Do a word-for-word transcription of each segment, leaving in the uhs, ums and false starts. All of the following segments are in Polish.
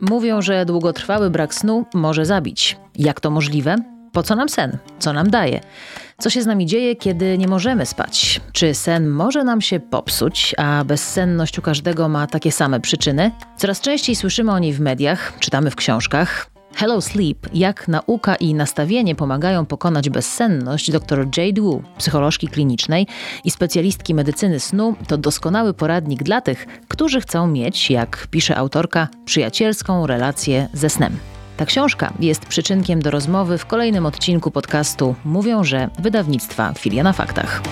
Mówią, że długotrwały brak snu może zabić. Jak to możliwe? Po co nam sen? Co nam daje? Co się z nami dzieje, kiedy nie możemy spać? Czy sen może nam się popsuć, a bezsenność u każdego ma takie same przyczyny? Coraz częściej słyszymy o niej w mediach, czytamy w książkach. Hello Sleep, jak nauka i nastawienie pomagają pokonać bezsenność dr Jade Wu, psycholożki klinicznej i specjalistki medycyny snu, to doskonały poradnik dla tych, którzy chcą mieć, jak pisze autorka, przyjacielską relację ze snem. Ta książka jest przyczynkiem do rozmowy w kolejnym odcinku podcastu Mówią, że wydawnictwa Filia na Faktach.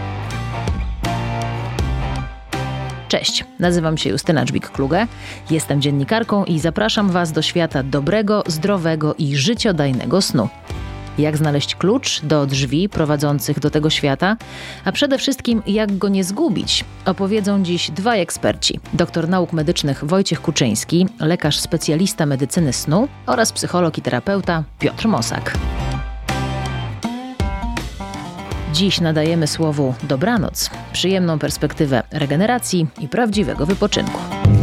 Cześć, nazywam się Justyna Dżbik-Kluge, jestem dziennikarką i zapraszam Was do świata dobrego, zdrowego i życiodajnego snu. Jak znaleźć klucz do drzwi prowadzących do tego świata, a przede wszystkim jak go nie zgubić, opowiedzą dziś dwaj eksperci. Doktor nauk medycznych Wojciech Kuczyński, lekarz specjalista medycyny snu oraz psycholog i terapeuta Piotr Mosak. Dziś nadajemy słowu dobranoc, przyjemną perspektywę regeneracji i prawdziwego wypoczynku.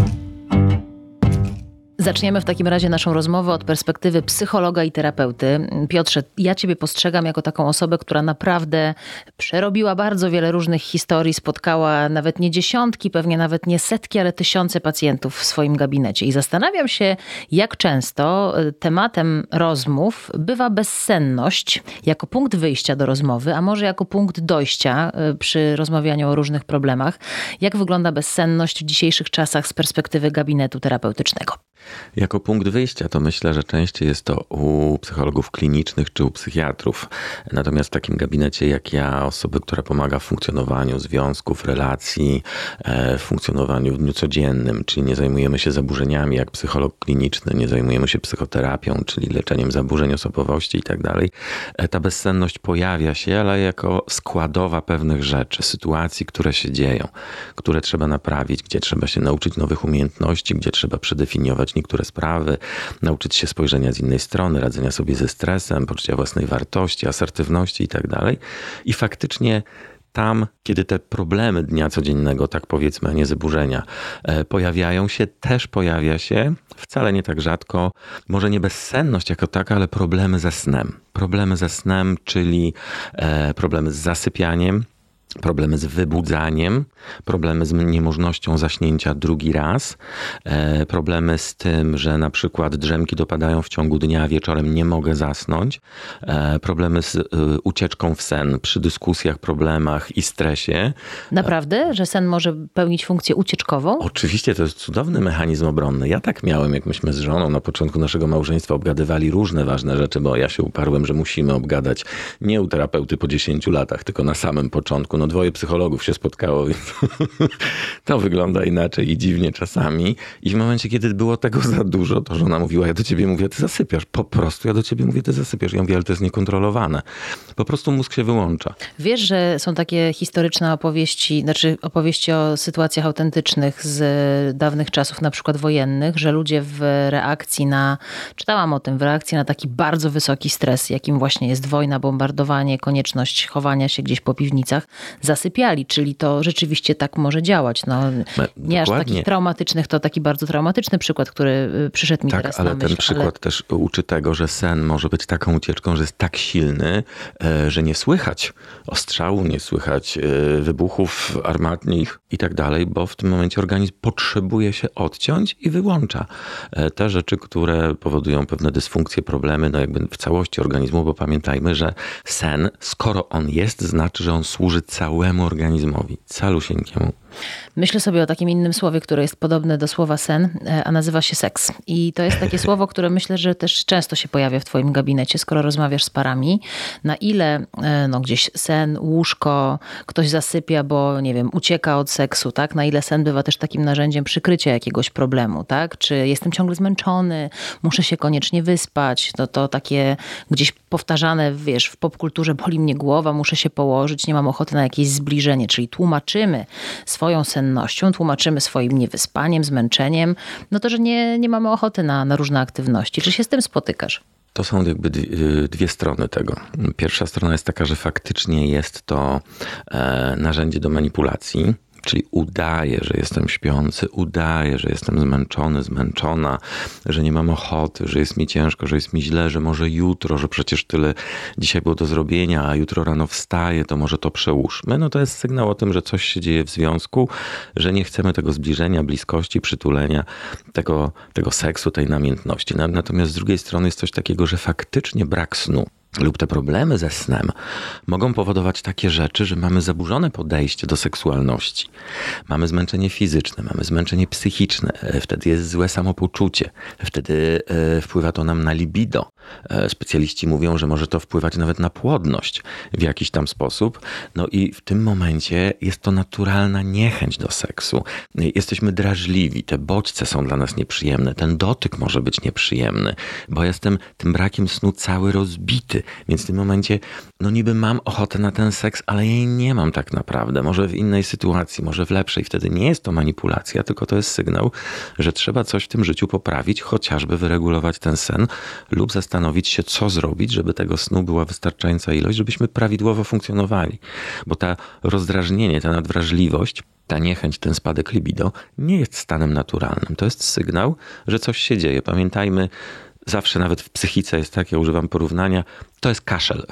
Zaczniemy w takim razie naszą rozmowę od perspektywy psychologa i terapeuty. Piotrze, ja Ciebie postrzegam jako taką osobę, która naprawdę przerobiła bardzo wiele różnych historii, spotkała nawet nie dziesiątki, pewnie nawet nie setki, ale tysiące pacjentów w swoim gabinecie. I zastanawiam się, jak często tematem rozmów bywa bezsenność jako punkt wyjścia do rozmowy, a może jako punkt dojścia przy rozmawianiu o różnych problemach. Jak wygląda bezsenność w dzisiejszych czasach z perspektywy gabinetu terapeutycznego? Jako punkt wyjścia to myślę, że częściej jest to u psychologów klinicznych czy u psychiatrów. Natomiast w takim gabinecie jak ja, osoby, która pomaga w funkcjonowaniu związków, relacji, w funkcjonowaniu w dniu codziennym, czyli nie zajmujemy się zaburzeniami jak psycholog kliniczny, nie zajmujemy się psychoterapią, czyli leczeniem zaburzeń osobowości i tak dalej. Ta bezsenność pojawia się, ale jako składowa pewnych rzeczy, sytuacji, które się dzieją, które trzeba naprawić, gdzie trzeba się nauczyć nowych umiejętności, gdzie trzeba przedefiniować niektóre sprawy, nauczyć się spojrzenia z innej strony, radzenia sobie ze stresem, poczucia własnej wartości, asertywności i tak dalej. I faktycznie tam, kiedy te problemy dnia codziennego, tak powiedzmy, a nie zaburzenia, pojawiają się, też pojawia się, wcale nie tak rzadko, może nie bezsenność jako taka, ale problemy ze snem. Problemy ze snem, czyli problemy z zasypianiem, problemy z wybudzaniem, problemy z niemożnością zaśnięcia drugi raz, e, problemy z tym, że na przykład drzemki dopadają w ciągu dnia, a wieczorem nie mogę zasnąć, e, problemy z e, ucieczką w sen przy dyskusjach, problemach i stresie. Naprawdę? Że sen może pełnić funkcję ucieczkową? Oczywiście, to jest cudowny mechanizm obronny. Ja tak miałem, jak myśmy z żoną na początku naszego małżeństwa obgadywali różne ważne rzeczy, bo ja się uparłem, że musimy obgadać nie u terapeuty po dziesięciu latach, tylko na samym początku. No dwoje psychologów się spotkało, więc to wygląda inaczej i dziwnie czasami. I w momencie, kiedy było tego za dużo, to żona mówiła, ja do ciebie mówię, ty zasypiasz. Po prostu ja do ciebie mówię, ty zasypiasz. Ja mówię, ale to jest niekontrolowane. Po prostu mózg się wyłącza. Wiesz, że są takie historyczne opowieści, znaczy opowieści o sytuacjach autentycznych z dawnych czasów, na przykład wojennych, że ludzie w reakcji na, czytałam o tym, w reakcji na taki bardzo wysoki stres, jakim właśnie jest wojna, bombardowanie, konieczność chowania się gdzieś po piwnicach, zasypiali, czyli to rzeczywiście tak może działać. No, nie aż takich traumatycznych, to taki bardzo traumatyczny przykład, który przyszedł mi tak, teraz ale na myśl. Ten przykład ale... też uczy tego, że sen może być taką ucieczką, że jest tak silny, że nie słychać ostrzału, nie słychać wybuchów armatnich i tak dalej, bo w tym momencie organizm potrzebuje się odciąć i wyłącza te rzeczy, które powodują pewne dysfunkcje, problemy, no jakby w całości organizmu, bo pamiętajmy, że sen, skoro on jest, znaczy, że on służy całemu organizmowi, calusieńkiemu. Myślę sobie o takim innym słowie, które jest podobne do słowa sen, a nazywa się seks. I to jest takie słowo, które myślę, że też często się pojawia w twoim gabinecie, skoro rozmawiasz z parami. Na ile no, gdzieś sen, łóżko, ktoś zasypia, bo nie wiem, ucieka od seksu, tak? Na ile sen bywa też takim narzędziem przykrycia jakiegoś problemu, tak? Czy jestem ciągle zmęczony, muszę się koniecznie wyspać. To, to takie gdzieś powtarzane, wiesz, w popkulturze boli mnie głowa, muszę się położyć, nie mam ochoty na jakieś zbliżenie. Czyli tłumaczymy swoją sennością, tłumaczymy swoim niewyspaniem, zmęczeniem, no to, że nie, nie mamy ochoty na, na różne aktywności. Czy się z tym spotykasz? To są jakby dwie strony tego. Pierwsza strona jest taka, że faktycznie jest to narzędzie do manipulacji. Czyli udaję, że jestem śpiący, udaję, że jestem zmęczony, zmęczona, że nie mam ochoty, że jest mi ciężko, że jest mi źle, że może jutro, że przecież tyle dzisiaj było do zrobienia, a jutro rano wstaję, to może to przełóżmy. No to jest sygnał o tym, że coś się dzieje w związku, że nie chcemy tego zbliżenia, bliskości, przytulenia, tego, tego seksu, tej namiętności. Natomiast z drugiej strony jest coś takiego, że faktycznie brak snu lub te problemy ze snem mogą powodować takie rzeczy, że mamy zaburzone podejście do seksualności. Mamy zmęczenie fizyczne, mamy zmęczenie psychiczne, wtedy jest złe samopoczucie, wtedy wpływa to nam na libido. Specjaliści mówią, że może to wpływać nawet na płodność w jakiś tam sposób. No i w tym momencie jest to naturalna niechęć do seksu. Jesteśmy drażliwi, te bodźce są dla nas nieprzyjemne, ten dotyk może być nieprzyjemny, bo jestem tym brakiem snu cały rozbity. Więc w tym momencie, no niby mam ochotę na ten seks, ale jej nie mam tak naprawdę. Może w innej sytuacji, może w lepszej. Wtedy nie jest to manipulacja, tylko to jest sygnał, że trzeba coś w tym życiu poprawić, chociażby wyregulować ten sen lub zastanowić się, co zrobić, żeby tego snu była wystarczająca ilość, żebyśmy prawidłowo funkcjonowali. Bo ta rozdrażnienie, ta nadwrażliwość, ta niechęć, ten spadek libido nie jest stanem naturalnym. To jest sygnał, że coś się dzieje. Pamiętajmy, zawsze nawet w psychice jest tak, ja używam porównania, to jest kaszel.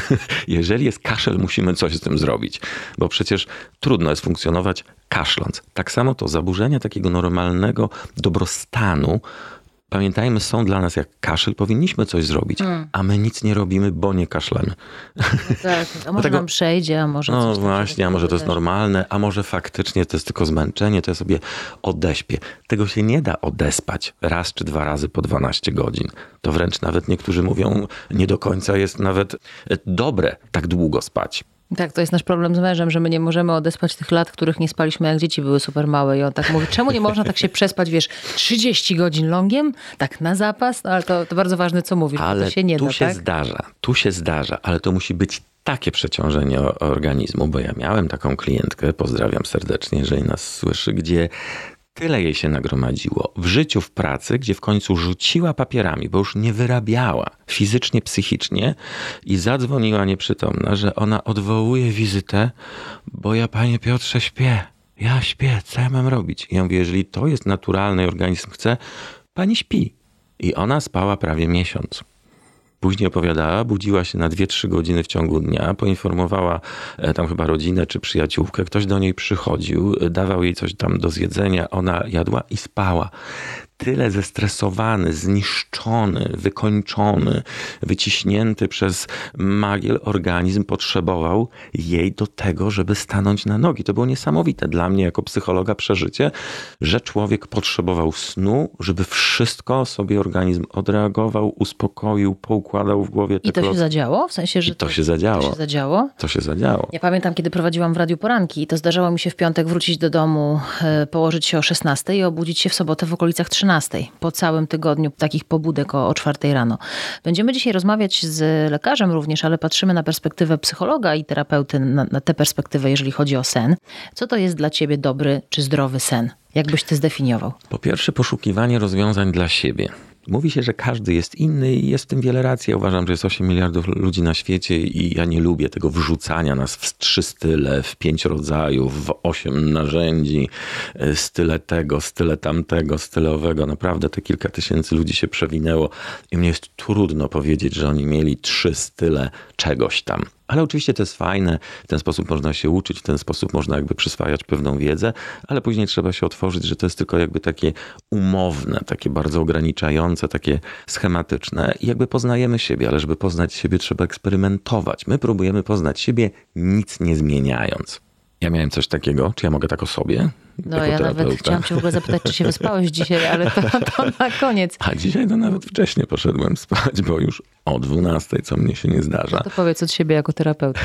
Jeżeli jest kaszel, musimy coś z tym zrobić, bo przecież trudno jest funkcjonować kaszląc. Tak samo to zaburzenia takiego normalnego dobrostanu, pamiętajmy, są dla nas jak kaszel, powinniśmy coś zrobić, hmm. a my nic nie robimy, bo nie kaszlemy. No tak, a może Dlatego, nam przejdzie, a może No coś właśnie, a może to jest normalne, a może faktycznie to jest tylko zmęczenie, to ja sobie odeśpię. Tego się nie da odespać raz czy dwa razy po dwanaście godzin. To wręcz nawet niektórzy mówią, nie do końca jest nawet dobre tak długo spać. Tak, to jest nasz problem z mężem, że my nie możemy odespać tych lat, których nie spaliśmy, jak dzieci były super małe. I on tak mówi, czemu nie można tak się przespać, wiesz, trzydzieści godzin longiem, tak na zapas? No ale to, to bardzo ważne, co mówisz, ale to się nie tu da, się tak? zdarza, tu się zdarza, ale to musi być takie przeciążenie organizmu, bo ja miałem taką klientkę, pozdrawiam serdecznie, jeżeli nas słyszy, gdzie tyle jej się nagromadziło w życiu, w pracy, gdzie w końcu rzuciła papierami, bo już nie wyrabiała fizycznie, psychicznie i zadzwoniła nieprzytomna, że ona odwołuje wizytę, bo ja, panie Piotrze, śpię. Ja śpię, co ja mam robić? I ja mówię, jeżeli to jest naturalne i organizm chce, pani śpi. I ona spała prawie miesiąc. Później opowiadała, budziła się na dwie trzy godziny w ciągu dnia, poinformowała tam chyba rodzinę czy przyjaciółkę, ktoś do niej przychodził, dawał jej coś tam do zjedzenia, ona jadła i spała. Tyle zestresowany, zniszczony, wykończony, wyciśnięty przez magiel organizm potrzebował jej do tego, żeby stanąć na nogi. To było niesamowite dla mnie jako psychologa przeżycie, że człowiek potrzebował snu, żeby wszystko sobie organizm odreagował, uspokoił, poukładał w głowie. I to się zadziało? W sensie, że I to, to się zadziało. To się zadziało? To się zadziało. Ja pamiętam, kiedy prowadziłam w Radiu Poranki i to zdarzało mi się w piątek wrócić do domu, położyć się o szesnastej i obudzić się w sobotę w okolicach trzynastej. Po całym tygodniu takich pobudek o, o czwartej rano. Będziemy dzisiaj rozmawiać z lekarzem również, ale patrzymy na perspektywę psychologa i terapeuty, na, na tę perspektywę, jeżeli chodzi o sen. Co to jest dla ciebie dobry czy zdrowy sen? Jak byś ty zdefiniował? Po pierwsze, poszukiwanie rozwiązań dla siebie. Mówi się, że każdy jest inny i jest w tym wiele racji. Ja uważam, że jest osiem miliardów ludzi na świecie i ja nie lubię tego wrzucania nas w trzy style, w pięć rodzajów, w osiem narzędzi, style tego, style tamtego, style owego. Naprawdę te kilka tysięcy ludzi się przewinęło i mnie jest trudno powiedzieć, że oni mieli trzy style czegoś tam. Ale oczywiście to jest fajne, w ten sposób można się uczyć, w ten sposób można jakby przyswajać pewną wiedzę, ale później trzeba się otworzyć, że to jest tylko jakby takie umowne, takie bardzo ograniczające, takie schematyczne i jakby poznajemy siebie, ale żeby poznać siebie trzeba eksperymentować. My próbujemy poznać siebie nic nie zmieniając. Ja miałem coś takiego, czy ja mogę tak o sobie? No ja nawet chciałam cię w ogóle zapytać, czy się wyspałeś dzisiaj, ale to, to na koniec. A dzisiaj to nawet wcześniej poszedłem spać, bo już o dwunastej, co mnie się nie zdarza. To powiedz od siebie jako terapeuta.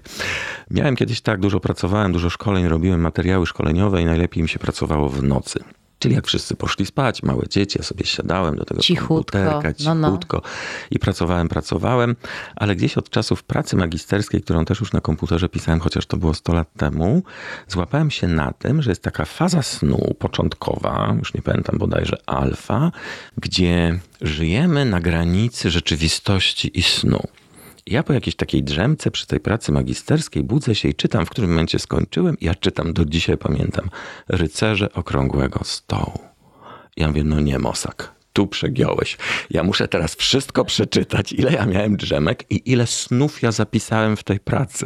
Miałem kiedyś tak, dużo pracowałem, dużo szkoleń robiłem, materiały szkoleniowe i najlepiej mi się pracowało w nocy. Czyli jak wszyscy poszli spać, małe dzieci, ja sobie siadałem do tego cichutko, komputerka, cichutko no, no. i pracowałem, pracowałem, ale gdzieś od czasów pracy magisterskiej, którą też już na komputerze pisałem, chociaż to było sto lat temu, złapałem się na tym, że jest taka faza snu początkowa, już nie pamiętam bodajże alfa, gdzie żyjemy na granicy rzeczywistości i snu. Ja po jakiejś takiej drzemce przy tej pracy magisterskiej budzę się i czytam, w którym momencie skończyłem. Ja czytam, do dzisiaj pamiętam, Rycerze Okrągłego Stołu. Ja mówię, no nie, Mosak, tu przegiąłeś. Ja muszę teraz wszystko przeczytać, ile ja miałem drzemek i ile snów ja zapisałem w tej pracy.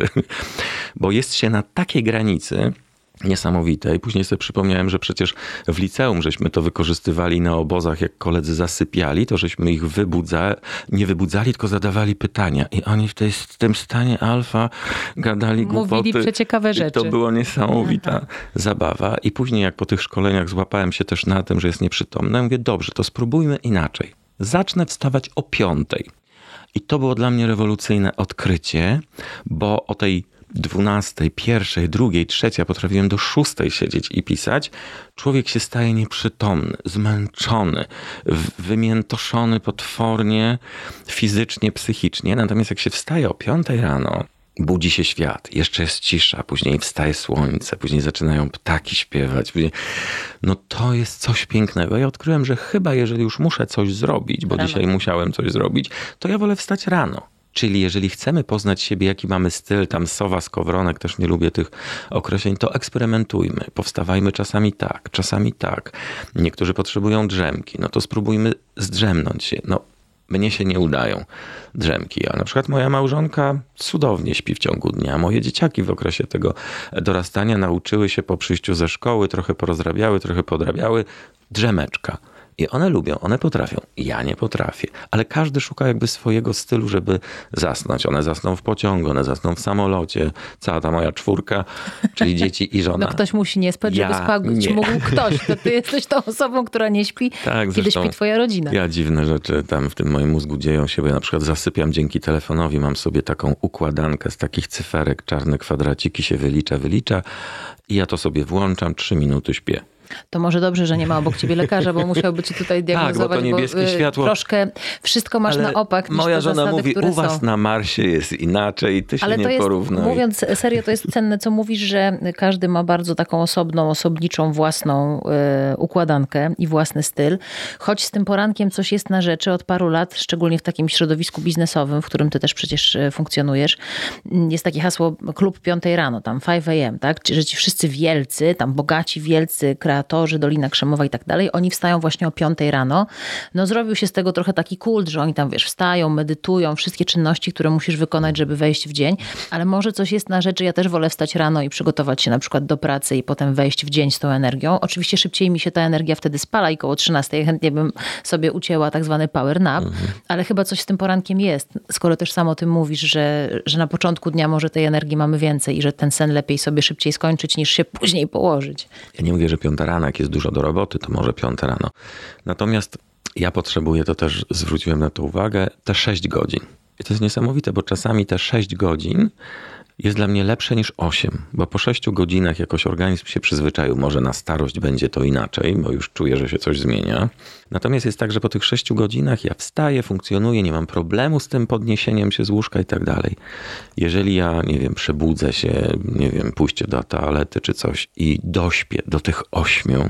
Bo jest się na takiej granicy niesamowite. I później sobie przypomniałem, że przecież w liceum żeśmy to wykorzystywali na obozach, jak koledzy zasypiali, to żeśmy ich wybudza, nie wybudzali, tylko zadawali pytania. I oni w, tej, w tym stanie alfa gadali głupoty. Mówili przeciekawe rzeczy. I to była niesamowita Aha. zabawa. I później jak po tych szkoleniach złapałem się też na tym, że jest nieprzytomny, mówię, dobrze, to spróbujmy inaczej. Zacznę wstawać o piątej. I to było dla mnie rewolucyjne odkrycie, bo o tej dwunastej, pierwszej, drugiej, trzeciej, potrafiłem do szóstej siedzieć i pisać. Człowiek się staje nieprzytomny, zmęczony, wymiętoszony potwornie, fizycznie, psychicznie. Natomiast jak się wstaje o piątej rano, budzi się świat, jeszcze jest cisza, później wstaje słońce, później zaczynają ptaki śpiewać. Później... No to jest coś pięknego. Ja odkryłem, że chyba jeżeli już muszę coś zrobić, bo rano. Dzisiaj musiałem coś zrobić, to ja wolę wstać rano. Czyli jeżeli chcemy poznać siebie, jaki mamy styl, tam sowa, skowronek, też nie lubię tych określeń, to eksperymentujmy. Powstawajmy czasami tak, czasami tak. Niektórzy potrzebują drzemki, no to spróbujmy zdrzemnąć się. No, mnie się nie udają drzemki, a na przykład moja małżonka cudownie śpi w ciągu dnia. Moje dzieciaki w okresie tego dorastania nauczyły się po przyjściu ze szkoły, trochę porozrabiały, trochę podrabiały, drzemeczka. I one lubią, one potrafią. Ja nie potrafię. Ale każdy szuka jakby swojego stylu, żeby zasnąć. One zasną w pociągu, one zasną w samolocie. Cała ta moja czwórka, czyli dzieci i żona. No ktoś musi nie spać, ja żeby spać nie. mógł ktoś. To ty jesteś tą osobą, która nie śpi, tak, kiedy śpi twoja rodzina. Ja dziwne rzeczy tam w tym moim mózgu dzieją się, bo ja na przykład zasypiam dzięki telefonowi. Mam sobie taką układankę z takich cyferek, czarne kwadraciki się wylicza, wylicza i ja to sobie włączam, trzy minuty śpię. To może dobrze, że nie ma obok ciebie lekarza, bo musiałby ci tutaj diagnozować, tak, bo to niebieskie bo, światło. Troszkę wszystko masz ale na opak niż moja te żona zasady, mówi, które u was są. na Marsie jest inaczej, ty się ale nie to jest, porównuj. Mówiąc serio, to jest cenne, co mówisz, że każdy ma bardzo taką osobną, osobniczą, własną y, układankę i własny styl. Choć z tym porankiem coś jest na rzeczy od paru lat, szczególnie w takim środowisku biznesowym, w którym ty też przecież funkcjonujesz. Jest takie hasło klub piątej rano, tam pięć a m, tak? Że ci wszyscy wielcy, tam bogaci, wielcy kreatorzy, Dolina Krzemowa i tak dalej, oni wstają właśnie o piątej rano. No zrobił się z tego trochę taki kult, że oni tam, wiesz, wstają, medytują, wszystkie czynności, które musisz wykonać, żeby wejść w dzień, ale może coś jest na rzeczy, ja też wolę wstać rano i przygotować się na przykład do pracy i potem wejść w dzień z tą energią. Oczywiście szybciej mi się ta energia wtedy spala i koło trzynastej chętnie bym sobie ucięła tak zwany power nap, mhm. ale chyba coś z tym porankiem jest, skoro też sam o tym mówisz, że, że na początku dnia może tej energii mamy więcej i że ten sen lepiej sobie szybciej skończyć, niż się później położyć. Ja nie mówię, że piąta rana, jak jest dużo do roboty, to może piąta rano. Natomiast ja potrzebuję, to też zwróciłem na to uwagę, te sześć godzin. I to jest niesamowite, bo czasami te sześć godzin jest dla mnie lepsze niż osiem, bo po sześciu godzinach jakoś organizm się przyzwyczaił. Może na starość będzie to inaczej, bo już czuję, że się coś zmienia. Natomiast jest tak, że po tych sześciu godzinach ja wstaję, funkcjonuję, nie mam problemu z tym podniesieniem się z łóżka i tak dalej. Jeżeli ja, nie wiem, przebudzę się, nie wiem, pójście do toalety czy coś i dośpię do tych ośmiu,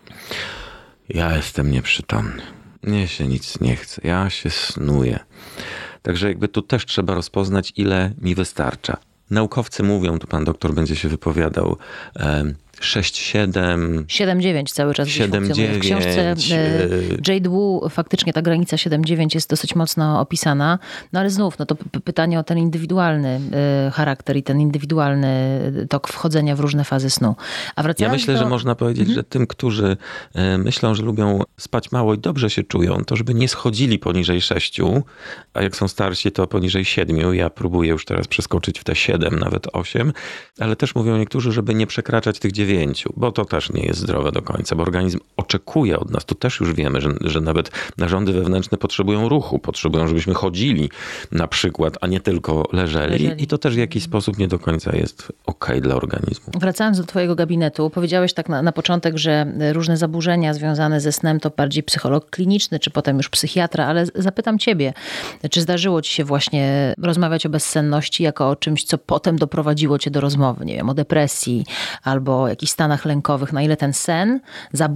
ja jestem nieprzytomny. Mnie się nic nie chce. Ja się snuję. Także jakby tu też trzeba rozpoznać, ile mi wystarcza. Naukowcy mówią, tu pan doktor będzie się wypowiadał, sześć siedem siedem dziewięć cały czas siedem dziewięć w książce Jade Wu faktycznie ta granica siedem dziewięć jest dosyć mocno opisana. No ale znów, no to p- pytanie o ten indywidualny charakter i ten indywidualny tok wchodzenia w różne fazy snu. A wracając ja myślę, do... że można powiedzieć, mhm. że tym, którzy myślą, że lubią spać mało i dobrze się czują, to żeby nie schodzili poniżej sześciu, a jak są starsi, to poniżej siedmiu. Ja próbuję już teraz przeskoczyć w te siedem, nawet osiem, ale też mówią niektórzy, żeby nie przekraczać tych dziewięciu, bo to też nie jest zdrowe do końca, bo organizm oczekuje od nas, to też już wiemy, że, że nawet narządy wewnętrzne potrzebują ruchu, potrzebują, żebyśmy chodzili na przykład, a nie tylko leżeli, leżeli. I to też w jakiś sposób nie do końca jest okej dla organizmu. Wracając do twojego gabinetu, powiedziałeś tak na, na początek, że różne zaburzenia związane ze snem to bardziej psycholog kliniczny, czy potem już psychiatra, ale zapytam ciebie, czy zdarzyło ci się właśnie rozmawiać o bezsenności jako o czymś, co potem doprowadziło cię do rozmowy, nie wiem, o depresji albo jakichś stanach lękowych, na ile ten sen zaburzony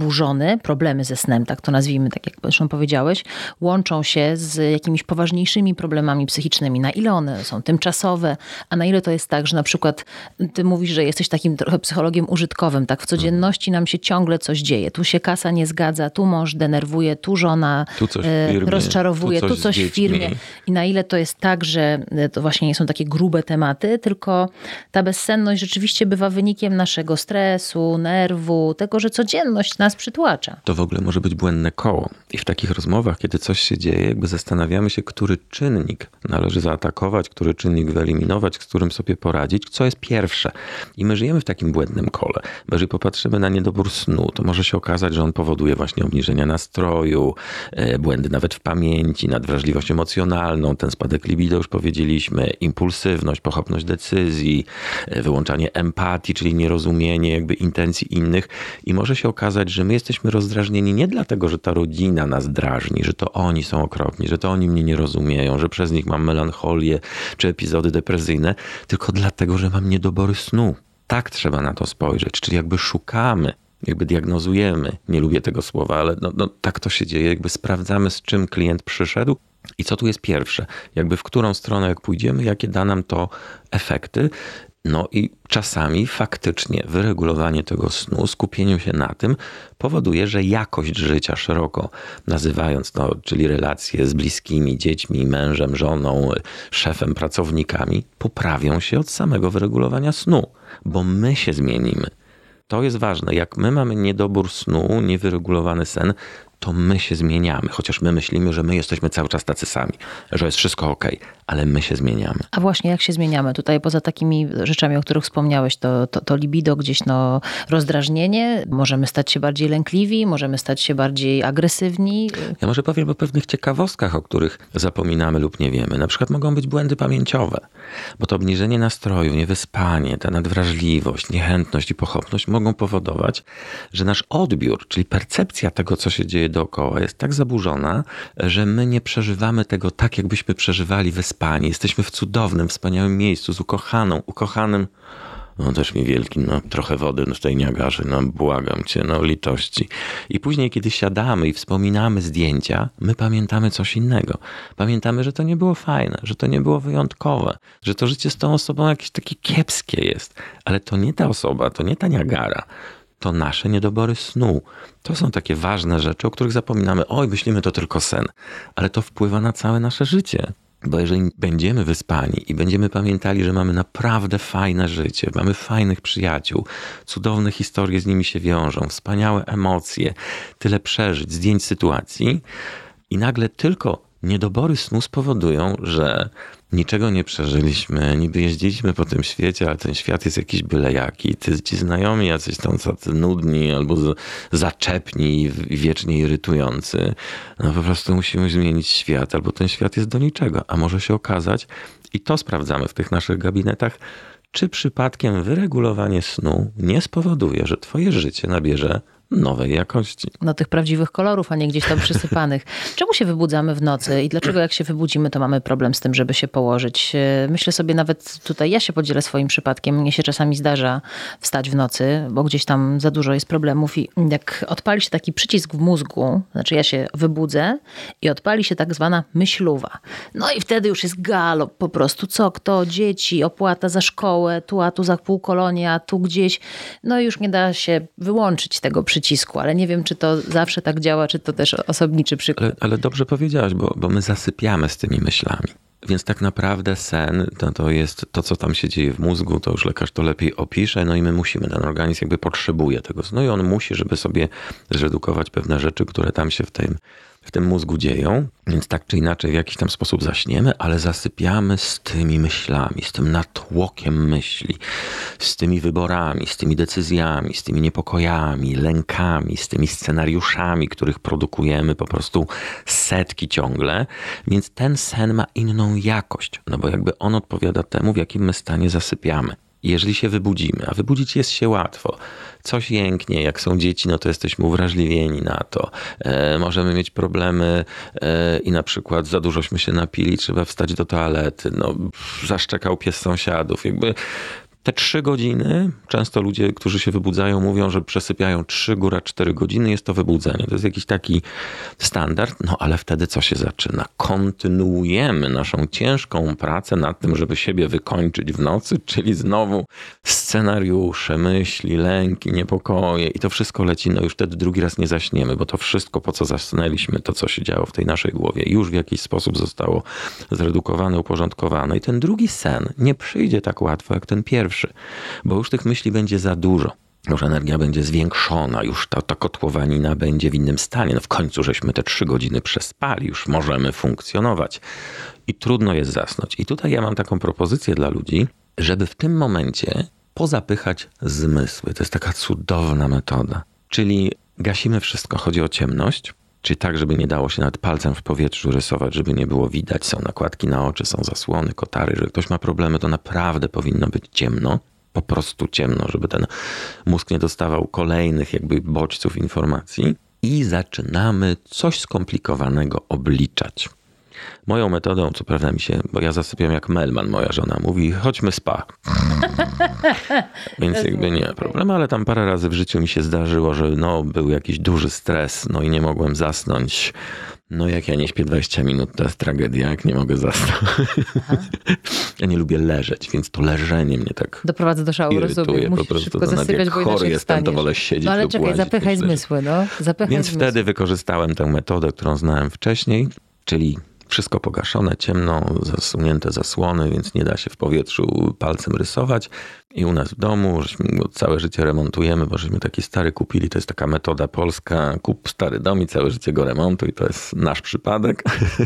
strony problemy ze snem, tak to nazwijmy, tak jak zresztą powiedziałeś, łączą się z jakimiś poważniejszymi problemami psychicznymi. Na ile one są tymczasowe, a na ile to jest tak, że na przykład ty mówisz, że jesteś takim trochę psychologiem użytkowym, tak w codzienności nam się ciągle coś dzieje. Tu się kasa nie zgadza, tu mąż denerwuje, tu żona tu coś w firmie, rozczarowuje, tu coś, tu coś w firmie. I na ile to jest tak, że to właśnie nie są takie grube tematy, tylko ta bezsenność rzeczywiście bywa wynikiem naszego stresu, nerwu, tego, że codzienność nas przytłacza. To w ogóle może być błędne koło. I w takich rozmowach, kiedy coś się dzieje, jakby zastanawiamy się, który czynnik należy zaatakować, który czynnik wyeliminować, z którym sobie poradzić, co jest pierwsze. I my żyjemy w takim błędnym kole. Bo jeżeli popatrzymy na niedobór snu, to może się okazać, że on powoduje właśnie obniżenia nastroju, błędy nawet w pamięci, nadwrażliwość emocjonalną, ten spadek libido już powiedzieliśmy, impulsywność, pochopność decyzji, wyłączanie empatii, czyli nierozumienie jakby intencji innych. I może się okazać, że my jesteśmy rozdrażnieni nie dlatego, że ta rodzina nas drażni, że to oni są okropni, że to oni mnie nie rozumieją, że przez nich mam melancholię czy epizody depresyjne, tylko dlatego, że mam niedobory snu. Tak trzeba na to spojrzeć, czyli jakby szukamy, jakby diagnozujemy, nie lubię tego słowa, ale no, no, tak to się dzieje, jakby sprawdzamy, z czym klient przyszedł i co tu jest pierwsze, jakby w którą stronę jak pójdziemy, jakie da nam to efekty. No i czasami faktycznie wyregulowanie tego snu, skupienie się na tym powoduje, że jakość życia szeroko nazywając to, czyli relacje z bliskimi, dziećmi, mężem, żoną, szefem, pracownikami, poprawią się od samego wyregulowania snu, bo my się zmienimy. To jest ważne. Jak my mamy niedobór snu, niewyregulowany sen, to my się zmieniamy. Chociaż my myślimy, że my jesteśmy cały czas tacy sami, że jest wszystko okej, ale my się zmieniamy. A właśnie jak się zmieniamy? Tutaj poza takimi rzeczami, o których wspomniałeś, to, to, to libido gdzieś, no, rozdrażnienie. Możemy stać się bardziej lękliwi, możemy stać się bardziej agresywni. Ja może powiem o pewnych ciekawostkach, o których zapominamy lub nie wiemy. Na przykład mogą być błędy pamięciowe, bo to obniżenie nastroju, niewyspanie, ta nadwrażliwość, niechętność i pochopność mogą powodować, że nasz odbiór, czyli percepcja tego, co się dzieje dookoła, jest tak zaburzona, że my nie przeżywamy tego tak, jakbyśmy przeżywali wyspani. Jesteśmy w cudownym, wspaniałym miejscu z ukochaną, ukochanym. No też mi wielki, no trochę wody w tej Niagarze, no błagam cię, no litości. I później, kiedy siadamy i wspominamy zdjęcia, my pamiętamy coś innego. Pamiętamy, że to nie było fajne, że to nie było wyjątkowe, że to życie z tą osobą jakieś takie kiepskie jest. Ale to nie ta osoba, to nie ta Niagara. To nasze niedobory snu. To są takie ważne rzeczy, o których zapominamy. Oj, myślimy, to tylko sen. Ale to wpływa na całe nasze życie. Bo jeżeli będziemy wyspani i będziemy pamiętali, że mamy naprawdę fajne życie, mamy fajnych przyjaciół, cudowne historie z nimi się wiążą, wspaniałe emocje, tyle przeżyć, zdjęć sytuacji i nagle tylko niedobory snu spowodują, że niczego nie przeżyliśmy, niby jeździliśmy po tym świecie, ale ten świat jest jakiś byle jaki. Ty, ci znajomi jacyś tam tacy nudni albo z, zaczepni i wiecznie irytujący. No po prostu musimy zmienić świat, albo ten świat jest do niczego. A może się okazać, i to sprawdzamy w tych naszych gabinetach, czy przypadkiem wyregulowanie snu nie spowoduje, że twoje życie nabierze nowej jakości. No tych prawdziwych kolorów, a nie gdzieś tam przysypanych. Czemu się wybudzamy w nocy i dlaczego jak się wybudzimy, to mamy problem z tym, żeby się położyć? Myślę sobie nawet tutaj, ja się podzielę swoim przypadkiem. Mnie się czasami zdarza wstać w nocy, bo gdzieś tam za dużo jest problemów i jak odpali się taki przycisk w mózgu, znaczy ja się wybudzę i odpali się tak zwana myśluwa. No i wtedy już jest galop po prostu. Co, kto, dzieci, opłata za szkołę, tu, a tu za pół kolonia, tu gdzieś. No i już nie da się wyłączyć tego przycisku. przycisku, ale nie wiem, czy to zawsze tak działa, czy to też osobniczy przykład. Ale, ale dobrze powiedziałaś, bo, bo my zasypiamy z tymi myślami. Więc tak naprawdę sen to, to jest to, co tam się dzieje w mózgu, to już lekarz to lepiej opisze, no i my musimy, ten organizm jakby potrzebuje tego snu i on musi, żeby sobie zredukować pewne rzeczy, które tam się w tym, w tym mózgu dzieją. Więc tak czy inaczej w jakiś tam sposób zaśniemy, ale zasypiamy z tymi myślami, z tym natłokiem myśli, z tymi wyborami, z tymi decyzjami, z tymi niepokojami, lękami, z tymi scenariuszami, których produkujemy po prostu setki ciągle. Więc ten sen ma inną jakość, no bo jakby on odpowiada temu, w jakim my stanie zasypiamy. Jeżeli się wybudzimy, a wybudzić jest się łatwo, coś jęknie, jak są dzieci, no to jesteśmy uwrażliwieni na to. E, możemy mieć problemy e, i na przykład za dużośmy się napili, trzeba wstać do toalety, no zaszczekał pies sąsiadów, jakby Te trzy godziny, często ludzie, którzy się wybudzają, mówią, że przesypiają trzy, góra cztery godziny, jest to wybudzenie. To jest jakiś taki standard, no ale wtedy co się zaczyna? Kontynuujemy naszą ciężką pracę nad tym, żeby siebie wykończyć w nocy, czyli znowu scenariusze, myśli, lęki, niepokoje i to wszystko leci, no już wtedy drugi raz nie zaśniemy, bo to wszystko, po co zasnęliśmy, to co się działo w tej naszej głowie, już w jakiś sposób zostało zredukowane, uporządkowane i ten drugi sen nie przyjdzie tak łatwo jak ten pierwszy. Bo już tych myśli będzie za dużo. Już energia będzie zwiększona, już ta, ta kotłowanina będzie w innym stanie. No w końcu żeśmy te trzy godziny przespali, już możemy funkcjonować. I trudno jest zasnąć. I tutaj ja mam taką propozycję dla ludzi, żeby w tym momencie pozapychać zmysły. To jest taka cudowna metoda. Czyli gasimy wszystko. Chodzi o ciemność. Czyli tak, żeby nie dało się nawet palcem w powietrzu rysować, żeby nie było widać. Są nakładki na oczy, są zasłony, kotary. Jeżeli ktoś ma problemy, to naprawdę powinno być ciemno. Po prostu ciemno, żeby ten mózg nie dostawał kolejnych jakby bodźców informacji. I zaczynamy coś skomplikowanego obliczać. Moją metodą, co prawda mi się, bo ja zasypiam jak Melman, moja żona mówi, chodźmy spa. Więc jakby nie ma problemu, ale tam parę razy w życiu mi się zdarzyło, że no, był jakiś duży stres, no i nie mogłem zasnąć. No jak ja nie śpię dwadzieścia minut, to jest tragedia, jak nie mogę zasnąć. Ja nie lubię leżeć, więc to leżenie mnie tak doprowadza do szału, rozumiem. Musisz po prostu szybko to zasypiać, jak bo chory inaczej jestem, wstaniesz. to wolę siedzieć No ale lub czekaj, łazić, zapychaj myślę, że- zmysły, no. Zapychaj Więc zmysły. wtedy wykorzystałem tę metodę, którą znałem wcześniej, czyli wszystko pogaszone, ciemno, zasunięte zasłony, więc nie da się w powietrzu palcem rysować. I u nas w domu, żeśmy go całe życie remontujemy, bo żeśmy taki stary kupili, to jest taka metoda polska, kup stary dom i całe życie go remontuj, to jest nasz przypadek.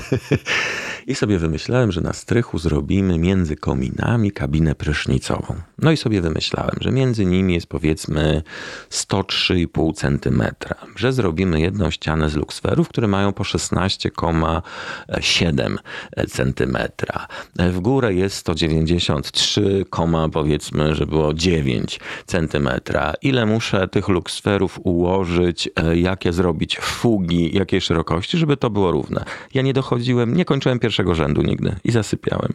I sobie wymyślałem, że na strychu zrobimy między kominami kabinę prysznicową. No i sobie wymyślałem, że między nimi jest powiedzmy sto trzy i pół centymetra, że zrobimy jedną ścianę z luksferów, które mają po szesnaście przecinek siedem centymetra. W górę jest sto dziewięćdziesiąt trzy, powiedzmy, że było dziewięć centymetra. Ile muszę tych luksferów ułożyć, jakie zrobić fugi, jakiej szerokości, żeby to było równe. Ja nie dochodziłem, nie kończyłem pierwszego rzędu nigdy i zasypiałem.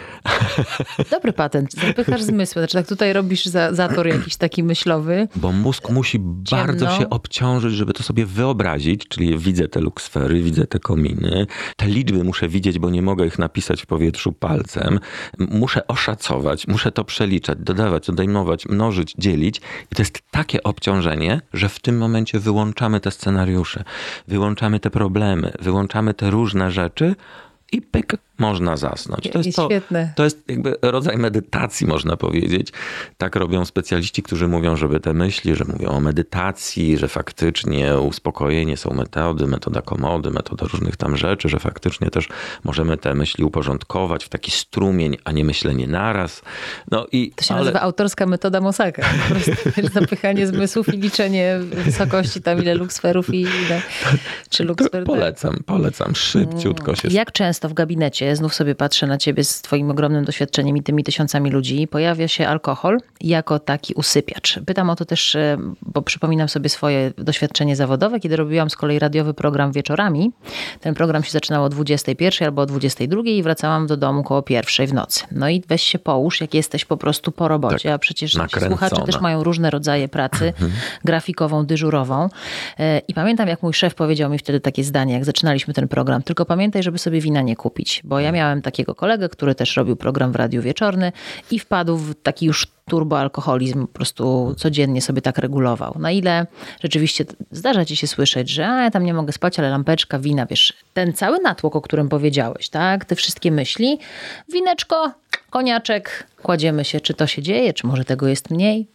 Dobry patent. Zapychasz zmysły. Znaczy tak tutaj robisz za, zator jakiś taki myślowy. Bo mózg musi bardzo się obciążyć, żeby to sobie wyobrazić, czyli widzę te luksfery, widzę te kominy, te liczby muszę widzieć, bo nie mogę ich napisać w powietrzu palcem. Muszę oszacować, muszę to przeliczać, dodawać, odejmować, mnożyć, dzielić. I to jest takie obciążenie, że w tym momencie wyłączamy te scenariusze, wyłączamy te problemy, wyłączamy te różne rzeczy i pyk, można zasnąć. To jest, to, Świetne. to jest jakby rodzaj medytacji, można powiedzieć. Tak robią specjaliści, którzy mówią, żeby te myśli, że mówią o medytacji, że faktycznie uspokojenie są metody, metoda komody, metoda różnych tam rzeczy, że faktycznie też możemy te myśli uporządkować w taki strumień, a nie myślenie naraz. No i, To się ale... nazywa autorska metoda Mosaka. Po prostu wiesz, zapychanie zmysłów i liczenie wysokości, tam ile luksferów i ile. Czy luksfer... Polecam, polecam. Szybciutko się... Jak często w gabinecie, znów sobie patrzę na ciebie z twoim ogromnym doświadczeniem i tymi tysiącami ludzi, pojawia się alkohol jako taki usypiacz? Pytam o to też, bo przypominam sobie swoje doświadczenie zawodowe, kiedy robiłam z kolei radiowy program wieczorami. Ten program się zaczynał o dwudziestej pierwszej albo o dwudziestej drugiej i wracałam do domu koło pierwszej w nocy. No i weź się połóż, jak jesteś po prostu po robocie, tak, a przecież nakręcona. słuchacze też mają różne rodzaje pracy, grafikową, dyżurową. I pamiętam, jak mój szef powiedział mi wtedy takie zdanie, jak zaczynaliśmy ten program, tylko pamiętaj, żeby sobie wina nie kupić, bo ja miałem takiego kolegę, który też robił program w Radiu Wieczorny i wpadł w taki już turboalkoholizm, po prostu codziennie sobie tak regulował. Na ile rzeczywiście zdarza ci się słyszeć, że a, ja tam nie mogę spać, ale lampeczka, wina, wiesz, ten cały natłok, o którym powiedziałeś, tak, te wszystkie myśli, wineczko, koniaczek, kładziemy się, czy to się dzieje, czy może tego jest mniej?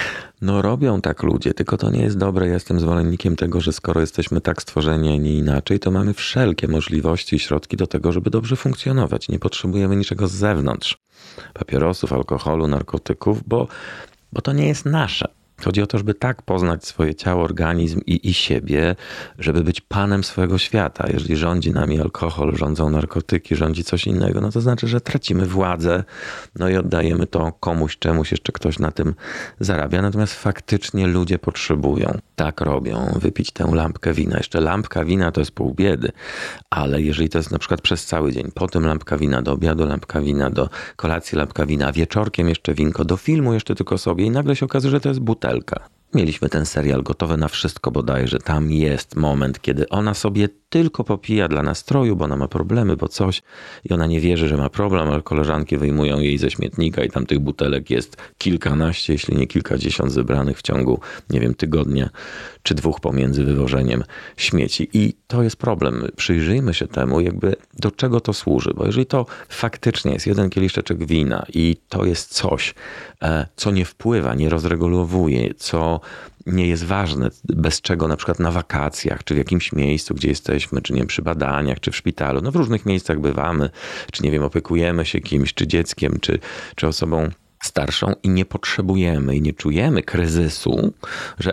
No robią tak ludzie, tylko to nie jest dobre. Ja jestem zwolennikiem tego, że skoro jesteśmy tak stworzeni, a nie inaczej, to mamy wszelkie możliwości i środki do tego, żeby dobrze funkcjonować. Nie potrzebujemy niczego z zewnątrz. Papierosów, alkoholu, narkotyków, bo, bo to nie jest nasze. Chodzi o to, żeby tak poznać swoje ciało, organizm i, i siebie, żeby być panem swojego świata. Jeżeli rządzi nami alkohol, rządzą narkotyki, rządzi coś innego, no to znaczy, że tracimy władzę, no i oddajemy to komuś, czemuś, jeszcze ktoś na tym zarabia. Natomiast faktycznie ludzie potrzebują, tak robią, wypić tę lampkę wina. Jeszcze lampka wina to jest pół biedy, ale jeżeli to jest na przykład przez cały dzień, potem lampka wina do obiadu, lampka wina do kolacji, lampka wina, wieczorkiem jeszcze winko, do filmu jeszcze tylko sobie i nagle się okazuje, że to jest butelka. Mieliśmy ten serial Gotowe na wszystko bodajże. Tam jest moment, kiedy ona sobie tylko popija dla nastroju, bo ona ma problemy, bo coś i ona nie wierzy, że ma problem, ale koleżanki wyjmują jej ze śmietnika i tam tych butelek jest kilkanaście, jeśli nie kilkadziesiąt zebranych w ciągu, nie wiem, tygodnia czy dwóch pomiędzy wywożeniem śmieci. I to jest problem. Przyjrzyjmy się temu, jakby do czego to służy, bo jeżeli to faktycznie jest jeden kieliszeczek wina i to jest coś, co nie wpływa, nie rozregulowuje, co nie jest ważne, bez czego na przykład na wakacjach, czy w jakimś miejscu, gdzie jesteśmy, czy nie wiem, przy badaniach, czy w szpitalu, no w różnych miejscach bywamy, czy nie wiem, opiekujemy się kimś, czy dzieckiem, czy, czy osobą starszą i nie potrzebujemy i nie czujemy kryzysu, że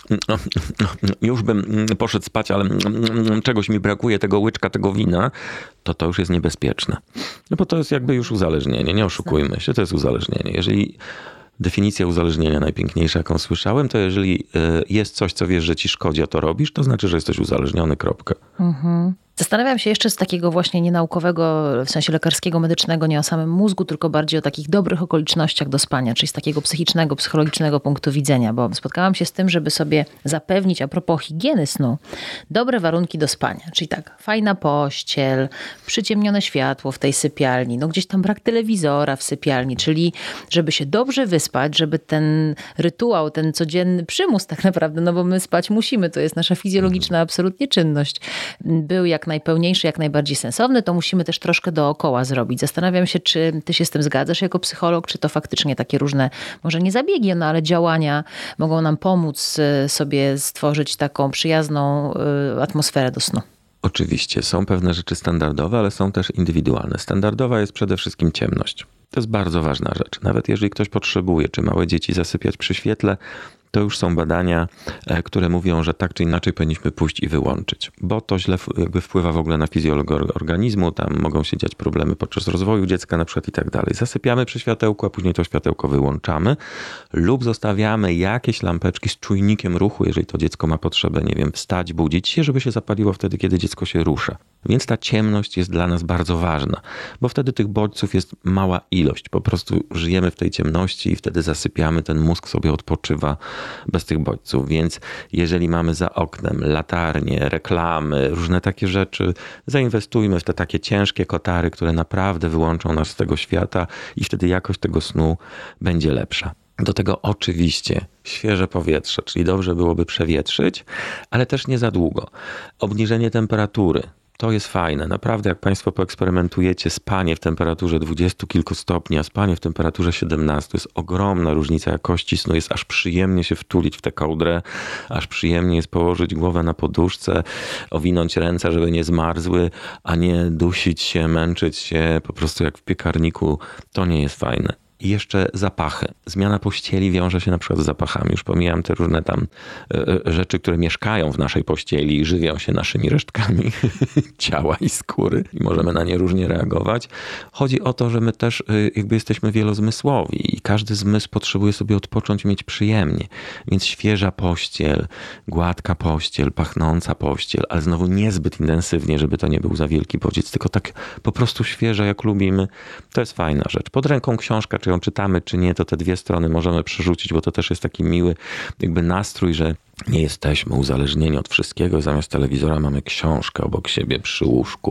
już bym poszedł spać, ale czegoś mi brakuje, tego łyczka, tego wina, to to już jest niebezpieczne. No bo to jest jakby już uzależnienie, nie oszukujmy się, to jest uzależnienie. Jeżeli definicja uzależnienia najpiękniejsza, jaką słyszałem, to jeżeli jest coś, co wiesz, że ci szkodzi, a to robisz, to znaczy, że jesteś uzależniony, kropka. Mhm. Zastanawiam się jeszcze z takiego właśnie nienaukowego, w sensie lekarskiego, medycznego, nie o samym mózgu, tylko bardziej o takich dobrych okolicznościach do spania, czyli z takiego psychicznego, psychologicznego punktu widzenia, bo spotkałam się z tym, żeby sobie zapewnić, a propos higieny snu, dobre warunki do spania. Czyli tak, fajna pościel, przyciemnione światło w tej sypialni, no gdzieś tam brak telewizora w sypialni, czyli żeby się dobrze wyspać, żeby ten rytuał, ten codzienny przymus tak naprawdę, no bo my spać musimy, to jest nasza fizjologiczna absolutnie czynność, był jak najpełniejszy, jak najbardziej sensowny, to musimy też troszkę dookoła zrobić. Zastanawiam się, czy ty się z tym zgadzasz jako psycholog, czy to faktycznie takie różne, może nie zabiegi, no ale działania mogą nam pomóc sobie stworzyć taką przyjazną atmosferę do snu. Oczywiście, są pewne rzeczy standardowe, ale są też indywidualne. Standardowa jest przede wszystkim ciemność. To jest bardzo ważna rzecz. Nawet jeżeli ktoś potrzebuje, czy małe dzieci zasypiać przy świetle, to już są badania, które mówią, że tak czy inaczej powinniśmy pójść i wyłączyć, bo to źle jakby wpływa w ogóle na fizjologię organizmu, tam mogą się dziać problemy podczas rozwoju dziecka na przykład i tak dalej. Zasypiamy przy światełku, a później to światełko wyłączamy lub zostawiamy jakieś lampeczki z czujnikiem ruchu, jeżeli to dziecko ma potrzebę, nie wiem, wstać, budzić się, żeby się zapaliło wtedy, kiedy dziecko się rusza. Więc ta ciemność jest dla nas bardzo ważna, bo wtedy tych bodźców jest mała ilość. Po prostu żyjemy w tej ciemności i wtedy zasypiamy, ten mózg sobie odpoczywa bez tych bodźców. Więc jeżeli mamy za oknem latarnie, reklamy, różne takie rzeczy, zainwestujmy w te takie ciężkie kotary, które naprawdę wyłączą nas z tego świata i wtedy jakość tego snu będzie lepsza. Do tego oczywiście świeże powietrze, czyli dobrze byłoby przewietrzyć, ale też nie za długo. Obniżenie temperatury. To jest fajne. Naprawdę, jak Państwo poeksperymentujecie, spanie w temperaturze dwudziestu kilku stopni, a spanie w temperaturze siedemnastu, jest ogromna różnica jakości snu. Jest aż przyjemnie się wtulić w tę kołdrę, aż przyjemnie jest położyć głowę na poduszce, owinąć ręce, żeby nie zmarzły, a nie dusić się, męczyć się po prostu jak w piekarniku. To nie jest fajne. I jeszcze zapachy. Zmiana pościeli wiąże się na przykład z zapachami. Już pomijam te różne tam rzeczy, które mieszkają w naszej pościeli i żywią się naszymi resztkami ciała i skóry i możemy na nie różnie reagować. Chodzi o to, że my też jakby jesteśmy wielozmysłowi i każdy zmysł potrzebuje sobie odpocząć, mieć przyjemnie. Więc świeża pościel, gładka pościel, pachnąca pościel, ale znowu niezbyt intensywnie, żeby to nie był za wielki bodziec, tylko tak po prostu świeża, jak lubimy. To jest fajna rzecz. Pod ręką książka, czy ją czytamy, czy nie, to te dwie strony możemy przerzucić, bo to też jest taki miły jakby nastrój, że nie jesteśmy uzależnieni od wszystkiego. Zamiast telewizora mamy książkę obok siebie przy łóżku.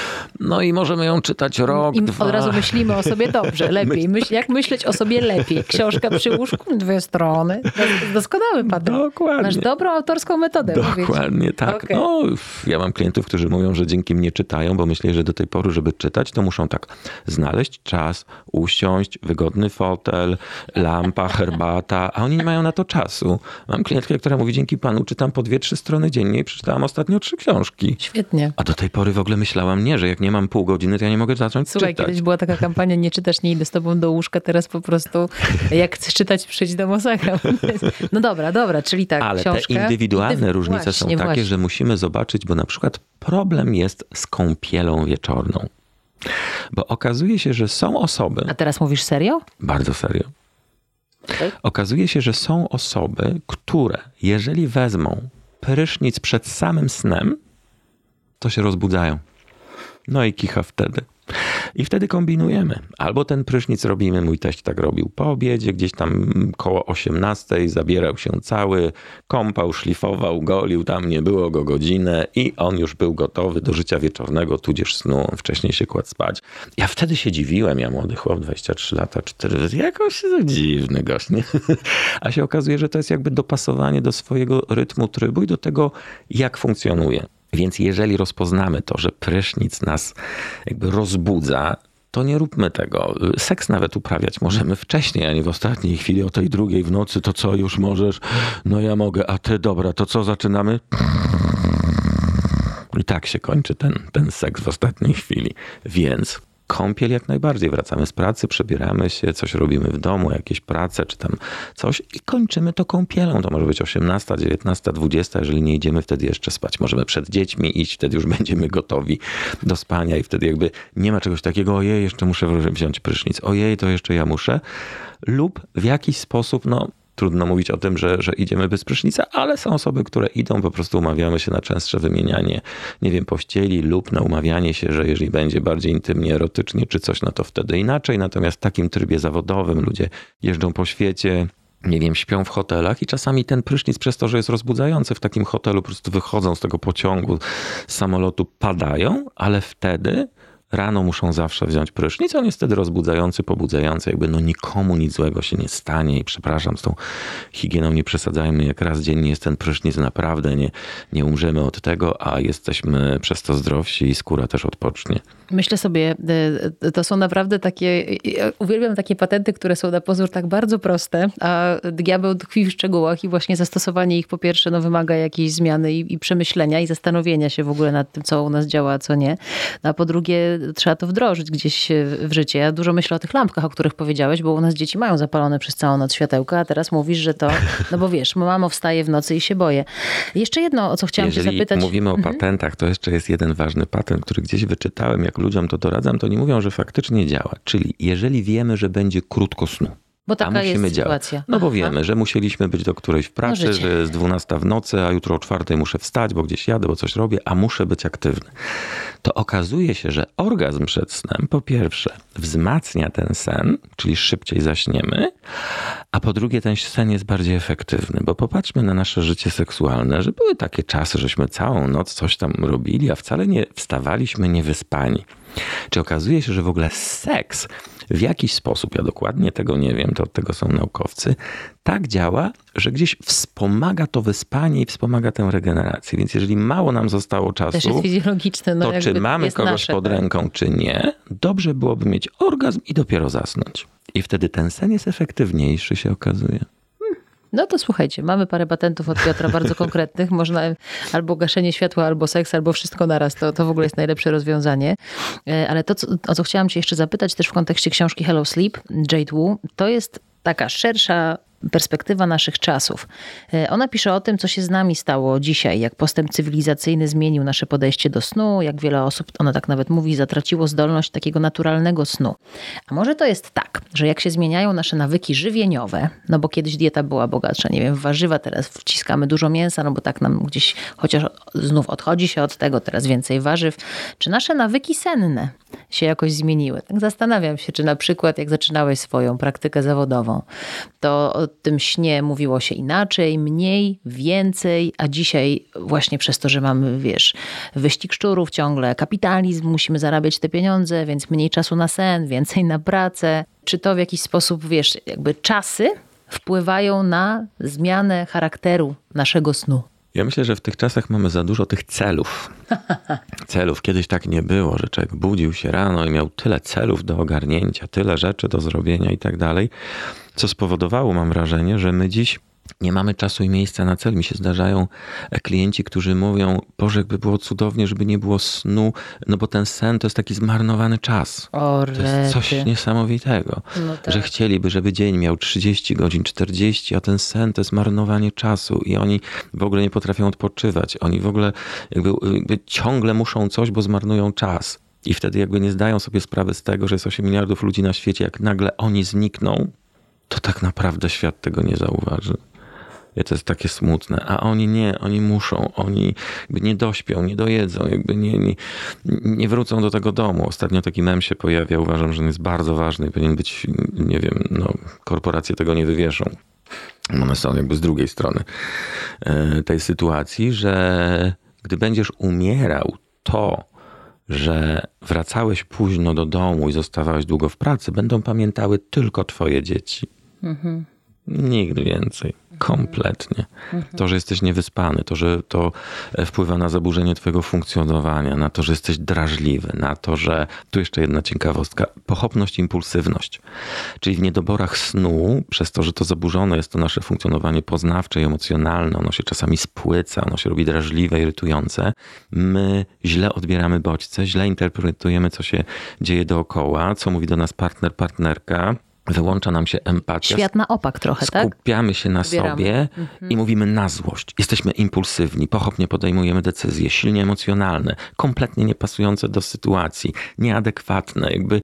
No i możemy ją czytać rok, I dwa. Od razu myślimy o sobie dobrze, lepiej. Myśl, jak myśleć o sobie lepiej? Książka przy łóżku, dwie strony. Doskonały patent. Dokładnie. Masz dobrą autorską metodę. Dokładnie tak. Okay. No, ja mam klientów, którzy mówią, że dzięki mnie czytają, bo myśleli, że do tej pory, żeby czytać, to muszą tak znaleźć czas, usiąść, wygodny fotel, lampa, herbata, a oni nie mają na to czasu. Mam klientkę, która mówi, dzięki panu czytam po dwie, trzy strony dziennie i przeczytałam ostatnio trzy książki. Świetnie. A do tej pory w ogóle myślałam, nie, że jak nie mam pół godziny, to ja nie mogę zacząć Słuchaj, czytać. kiedyś była taka kampania, nie czytasz, nie idę z tobą do łóżka, teraz po prostu jak chcesz czytać, przyjdź do Mosagra. No dobra, dobra, czyli tak, ale książka. te indywidualne Indywi- różnice właśnie, są takie, właśnie. że musimy zobaczyć, bo na przykład problem jest z kąpielą wieczorną. Bo okazuje się, że są osoby... A teraz mówisz serio? Bardzo serio. Okay. Okazuje się, że są osoby, które jeżeli wezmą prysznic przed samym snem, to się rozbudzają. No i kicha wtedy. I wtedy kombinujemy. Albo ten prysznic robimy, mój teść tak robił po obiedzie, gdzieś tam koło osiemnastej, zabierał się cały, kąpał, szlifował, golił, tam nie było go godzinę i on już był gotowy do życia wieczornego, tudzież snu, on wcześniej się kładł spać. Ja wtedy się dziwiłem, ja młody chłop, dwadzieścia trzy lata, cztery, jakoś dziwny gość, nie? A się okazuje, że to jest jakby dopasowanie do swojego rytmu, trybu i do tego, jak funkcjonuje. Więc jeżeli rozpoznamy to, że prysznic nas jakby rozbudza, to nie róbmy tego. Seks nawet uprawiać możemy wcześniej, a nie w ostatniej chwili o tej drugiej w nocy. To co, już możesz? No ja mogę, a ty dobra, to co, zaczynamy? I tak się kończy ten, ten seks w ostatniej chwili. Więc kąpiel jak najbardziej. Wracamy z pracy, przebieramy się, coś robimy w domu, jakieś prace czy tam coś i kończymy to kąpielą. To może być osiemnasta, dziewiętnasta, dwudziesta. Jeżeli nie idziemy wtedy jeszcze spać, możemy przed dziećmi iść, wtedy już będziemy gotowi do spania i wtedy jakby nie ma czegoś takiego, ojej, jeszcze muszę wziąć prysznic, ojej, to jeszcze ja muszę. Lub w jakiś sposób, no trudno mówić o tym, że, że idziemy bez prysznica, ale są osoby, które idą, po prostu umawiamy się na częstsze wymienianie, nie wiem, pościeli lub na umawianie się, że jeżeli będzie bardziej intymnie, erotycznie czy coś, no to wtedy inaczej. Natomiast w takim trybie zawodowym ludzie jeżdżą po świecie, nie wiem, śpią w hotelach i czasami ten prysznic przez to, że jest rozbudzający w takim hotelu, po prostu wychodzą z tego pociągu, z samolotu, padają, ale wtedy rano muszą zawsze wziąć prysznic, on jest wtedy rozbudzający, pobudzający, jakby no nikomu nic złego się nie stanie i przepraszam, z tą higieną nie przesadzajmy, jak raz dziennie jest ten prysznic, naprawdę nie, nie umrzemy od tego, a jesteśmy przez to zdrowsi i skóra też odpocznie. Myślę sobie, to są naprawdę takie, uwielbiam takie patenty, które są na pozór tak bardzo proste, a diabeł tkwi w szczegółach i właśnie zastosowanie ich po pierwsze no, wymaga jakiejś zmiany i, i przemyślenia i zastanowienia się w ogóle nad tym, co u nas działa, a co nie. No, a po drugie trzeba to wdrożyć gdzieś w życie. Ja dużo myślę o tych lampkach, o których powiedziałeś, bo u nas dzieci mają zapalone przez całą noc światełka, a teraz mówisz, że to, no bo wiesz, mamo wstaje w nocy i się boję. Jeszcze jedno, o co chciałam Jeżeli cię zapytać. mówimy o mhm. patentach, to jeszcze jest jeden ważny patent, który gdzieś wyczytałem, jak ludziom to doradzam, to nie mówią, że faktycznie działa. Czyli jeżeli wiemy, że będzie krótko snu, Bo taka a musimy jest działać. sytuacja. No bo Aha. wiemy, że musieliśmy być do którejś w pracy, No że jest dwunasta w nocy, a jutro o czwartej muszę wstać, bo gdzieś jadę, bo coś robię, a muszę być aktywny. To okazuje się, że orgazm przed snem po pierwsze wzmacnia ten sen, czyli szybciej zaśniemy, a po drugie ten sen jest bardziej efektywny, bo popatrzmy na nasze życie seksualne, że były takie czasy, żeśmy całą noc coś tam robili, a wcale nie wstawaliśmy niewyspani. Czy okazuje się, że w ogóle seks w jakiś sposób, ja dokładnie tego nie wiem, to od tego są naukowcy, tak działa, że gdzieś wspomaga to wyspanie i wspomaga tę regenerację. Więc jeżeli mało nam zostało czasu, Też jest fizjologiczne. No to czy mamy kogoś nasze, pod tak? ręką, czy nie, dobrze byłoby mieć orgazm i dopiero zasnąć. I wtedy ten sen jest efektywniejszy, się okazuje. No to słuchajcie, mamy parę patentów od Piotra bardzo konkretnych. Można albo gaszenie światła, albo seks, albo wszystko naraz. To, to w ogóle jest najlepsze rozwiązanie. Ale to, co, o co chciałam cię jeszcze zapytać, też w kontekście książki Hello Sleep, Jade Wu, to jest taka szersza perspektywa naszych czasów. Ona pisze o tym, co się z nami stało dzisiaj, jak postęp cywilizacyjny zmienił nasze podejście do snu, jak wiele osób, ona tak nawet mówi, zatraciło zdolność takiego naturalnego snu. A może to jest tak, że jak się zmieniają nasze nawyki żywieniowe, no bo kiedyś dieta była bogatsza, nie wiem, w warzywa, teraz wciskamy dużo mięsa, no bo tak nam gdzieś, chociaż znów odchodzi się od tego, teraz więcej warzyw. Czy nasze nawyki senne się jakoś zmieniły? Tak zastanawiam się, czy na przykład jak zaczynałeś swoją praktykę zawodową, to o tym śnie mówiło się inaczej, mniej, więcej, a dzisiaj właśnie przez to, że mamy, wiesz, wyścig szczurów ciągle, kapitalizm, musimy zarabiać te pieniądze, więc mniej czasu na sen, więcej na pracę. Czy to w jakiś sposób, wiesz, jakby czasy wpływają na zmianę charakteru naszego snu? Ja myślę, że w tych czasach mamy za dużo tych celów. Celów. Kiedyś tak nie było, że człowiek budził się rano i miał tyle celów do ogarnięcia, tyle rzeczy do zrobienia i tak dalej, co spowodowało, mam wrażenie, że my dziś Nie mamy czasu i miejsca na cel. Mi się zdarzają klienci, którzy mówią, Boże, jakby było cudownie, żeby nie było snu, no bo ten sen to jest taki zmarnowany czas. O, to jest coś rety. niesamowitego, No tak. że chcieliby, żeby dzień miał trzydzieści godzin, czterdzieści, a ten sen to jest marnowanie czasu i oni w ogóle nie potrafią odpoczywać. Oni w ogóle jakby, jakby ciągle muszą coś, bo zmarnują czas. I wtedy jakby nie zdają sobie sprawy z tego, że jest osiem miliardów ludzi na świecie, jak nagle oni znikną, to tak naprawdę świat tego nie zauważy. I to jest takie smutne. A oni nie, oni muszą, oni jakby nie dośpią, nie dojedzą, jakby nie, nie, nie wrócą do tego domu. Ostatnio taki mem się pojawia, uważam, że on jest bardzo ważny i powinien być, nie wiem, no, korporacje tego nie wywieszą. One są jakby z drugiej strony tej sytuacji, że gdy będziesz umierał, to, że wracałeś późno do domu i zostawałeś długo w pracy, będą pamiętały tylko twoje dzieci. Mhm. Nikt więcej. Kompletnie. To, że jesteś niewyspany, to, że to wpływa na zaburzenie twojego funkcjonowania, na to, że jesteś drażliwy, na to, że... Tu jeszcze jedna ciekawostka. Pochopność, impulsywność. Czyli w niedoborach snu, przez to, że to zaburzone jest to nasze funkcjonowanie poznawcze i emocjonalne, ono się czasami spłyca, ono się robi drażliwe, irytujące, my źle odbieramy bodźce, źle interpretujemy, co się dzieje dookoła, co mówi do nas partner, partnerka, wyłącza nam się empatia. Świat na opak trochę, tak? Skupiamy się na Wybieramy. sobie mhm. i mówimy na złość. Jesteśmy impulsywni, pochopnie podejmujemy decyzje, silnie emocjonalne, kompletnie niepasujące do sytuacji, nieadekwatne, jakby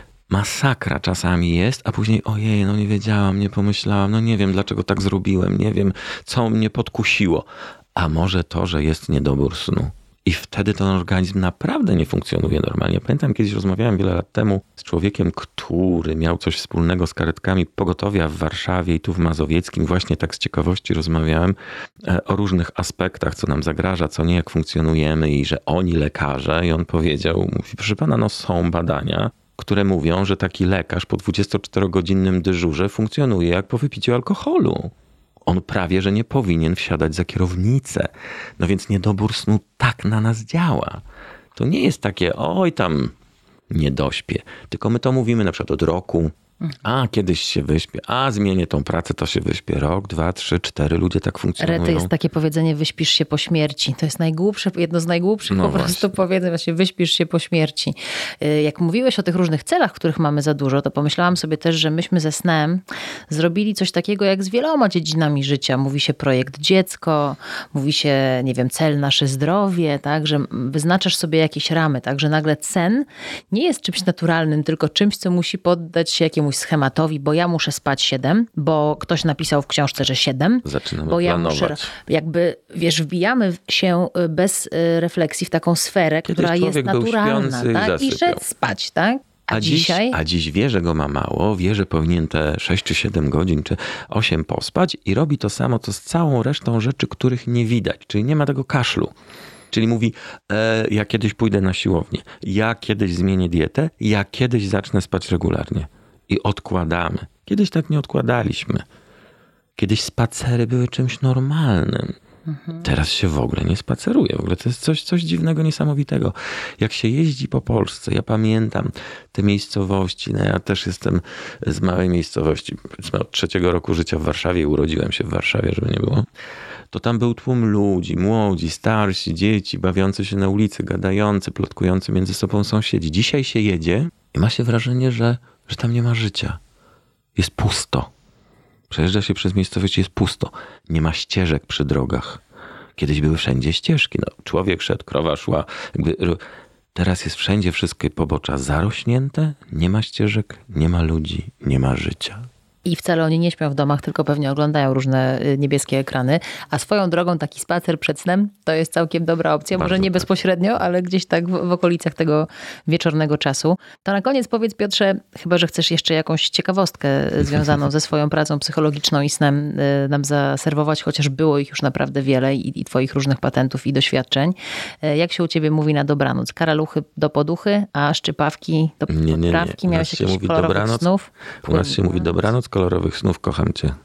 masakra czasami jest, a później ojej, no nie wiedziałam, nie pomyślałam, no nie wiem, dlaczego tak zrobiłem, nie wiem, co mnie podkusiło. A może to, że jest niedobór snu. I wtedy ten organizm naprawdę nie funkcjonuje normalnie. Pamiętam, kiedyś rozmawiałem wiele lat temu z człowiekiem, który miał coś wspólnego z karetkami pogotowia w Warszawie i tu w Mazowieckim. Właśnie tak z ciekawości rozmawiałem o różnych aspektach, co nam zagraża, co nie, jak funkcjonujemy i że oni lekarze. I on powiedział, mówi, proszę pana, no są badania, które mówią, że taki lekarz po dwudziestoczterogodzinnym dyżurze funkcjonuje jak po wypiciu alkoholu. On prawie, że nie powinien wsiadać za kierownicę. No więc niedobór snu tak na nas działa. To nie jest takie, oj tam nie dośpię. Tylko my to mówimy na przykład od roku. A, kiedyś się wyśpię. A, zmienię tą pracę, to się wyśpię. Rok, dwa, trzy, cztery. Ludzie tak funkcjonują. Rety, jest takie powiedzenie, wyśpisz się po śmierci. To jest najgłupsze, jedno z najgłupszych no po prostu właśnie. powiedzeń. Właśnie, wyśpisz się po śmierci. Jak mówiłeś o tych różnych celach, których mamy za dużo, to pomyślałam sobie też, że myśmy ze snem zrobili coś takiego jak z wieloma dziedzinami życia. Mówi się projekt dziecko, mówi się, nie wiem, cel nasze zdrowie, tak, że wyznaczasz sobie jakieś ramy, tak, że nagle sen nie jest czymś naturalnym, tylko czymś, co musi poddać się jakiemuś schematowi, bo ja muszę spać siedem, bo ktoś napisał w książce, że siedem. Zaczynamy bo ja planować. muszę, jakby, wiesz, wbijamy się bez refleksji w taką sferę, Kiedyś która jest człowiek był naturalna, śpiący i tak? I zasypiał. szedł spać, tak? A, A dziś, dzisiaj? a dziś wie, że go ma mało, wie, że powinien te sześć czy siedem godzin, czy osiem pospać i robi to samo, co z całą resztą rzeczy, których nie widać. Czyli nie ma tego kaszlu. Czyli mówi, e, ja kiedyś pójdę na siłownię, ja kiedyś zmienię dietę, ja kiedyś zacznę spać regularnie. I odkładamy. Kiedyś tak nie odkładaliśmy. Kiedyś spacery były czymś normalnym. Mhm. Teraz się w ogóle nie spaceruje. W ogóle to jest coś, coś dziwnego, niesamowitego. Jak się jeździ po Polsce, ja pamiętam te miejscowości. No ja też jestem z małej miejscowości. Od trzeciego roku życia w Warszawie i urodziłem się w Warszawie, żeby nie było. To tam był tłum ludzi, młodzi, starsi, dzieci, bawiący się na ulicy, gadający, plotkujący między sobą sąsiedzi. Dzisiaj się jedzie i ma się wrażenie, że, że tam nie ma życia. Jest pusto. Przejeżdża się przez miejscowość, jest pusto. Nie ma ścieżek przy drogach. Kiedyś były wszędzie ścieżki. No, człowiek szedł, krowa szła. Jakby... Teraz jest wszędzie wszystkie pobocza zarośnięte. Nie ma ścieżek, nie ma ludzi, nie ma życia. I wcale oni nie śpią w domach, tylko pewnie oglądają różne niebieskie ekrany. A swoją drogą taki spacer przed snem to jest całkiem dobra opcja. Bardzo Może nie tak. bezpośrednio, ale gdzieś tak w, w okolicach tego wieczornego czasu. To na koniec powiedz, Piotrze, chyba że chcesz jeszcze jakąś ciekawostkę związaną ze swoją pracą psychologiczną i snem nam zaserwować, chociaż było ich już naprawdę wiele i, i twoich różnych patentów i doświadczeń. Jak się u ciebie mówi na dobranoc? Karaluchy do poduchy, a szczypawki do nie, nie, nie. podprawki? Miałeś się jakichś mówi kolorowych dobranoc. snów? U nas się mówi dobranoc, kolorowych snów, kocham cię.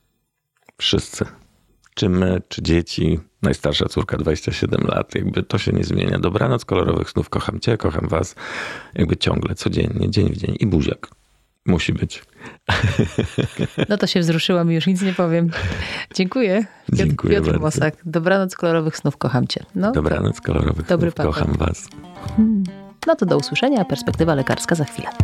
Wszyscy. Czy my, czy dzieci. Najstarsza córka dwadzieścia siedem lat. Jakby to się nie zmienia. Dobranoc, kolorowych snów, kocham cię, kocham was. Jakby ciągle, codziennie, dzień w dzień. I buziak. Musi być. No to się wzruszyłam i już nic nie powiem. Dziękuję. Piotr, Dziękuję Piotr bardzo. Mosak. Dobranoc kolorowych snów, kocham cię. No, Dobranoc kolorowych Dobry snów, kocham patent. was. no to do usłyszenia. Perspektywa lekarska za chwilę.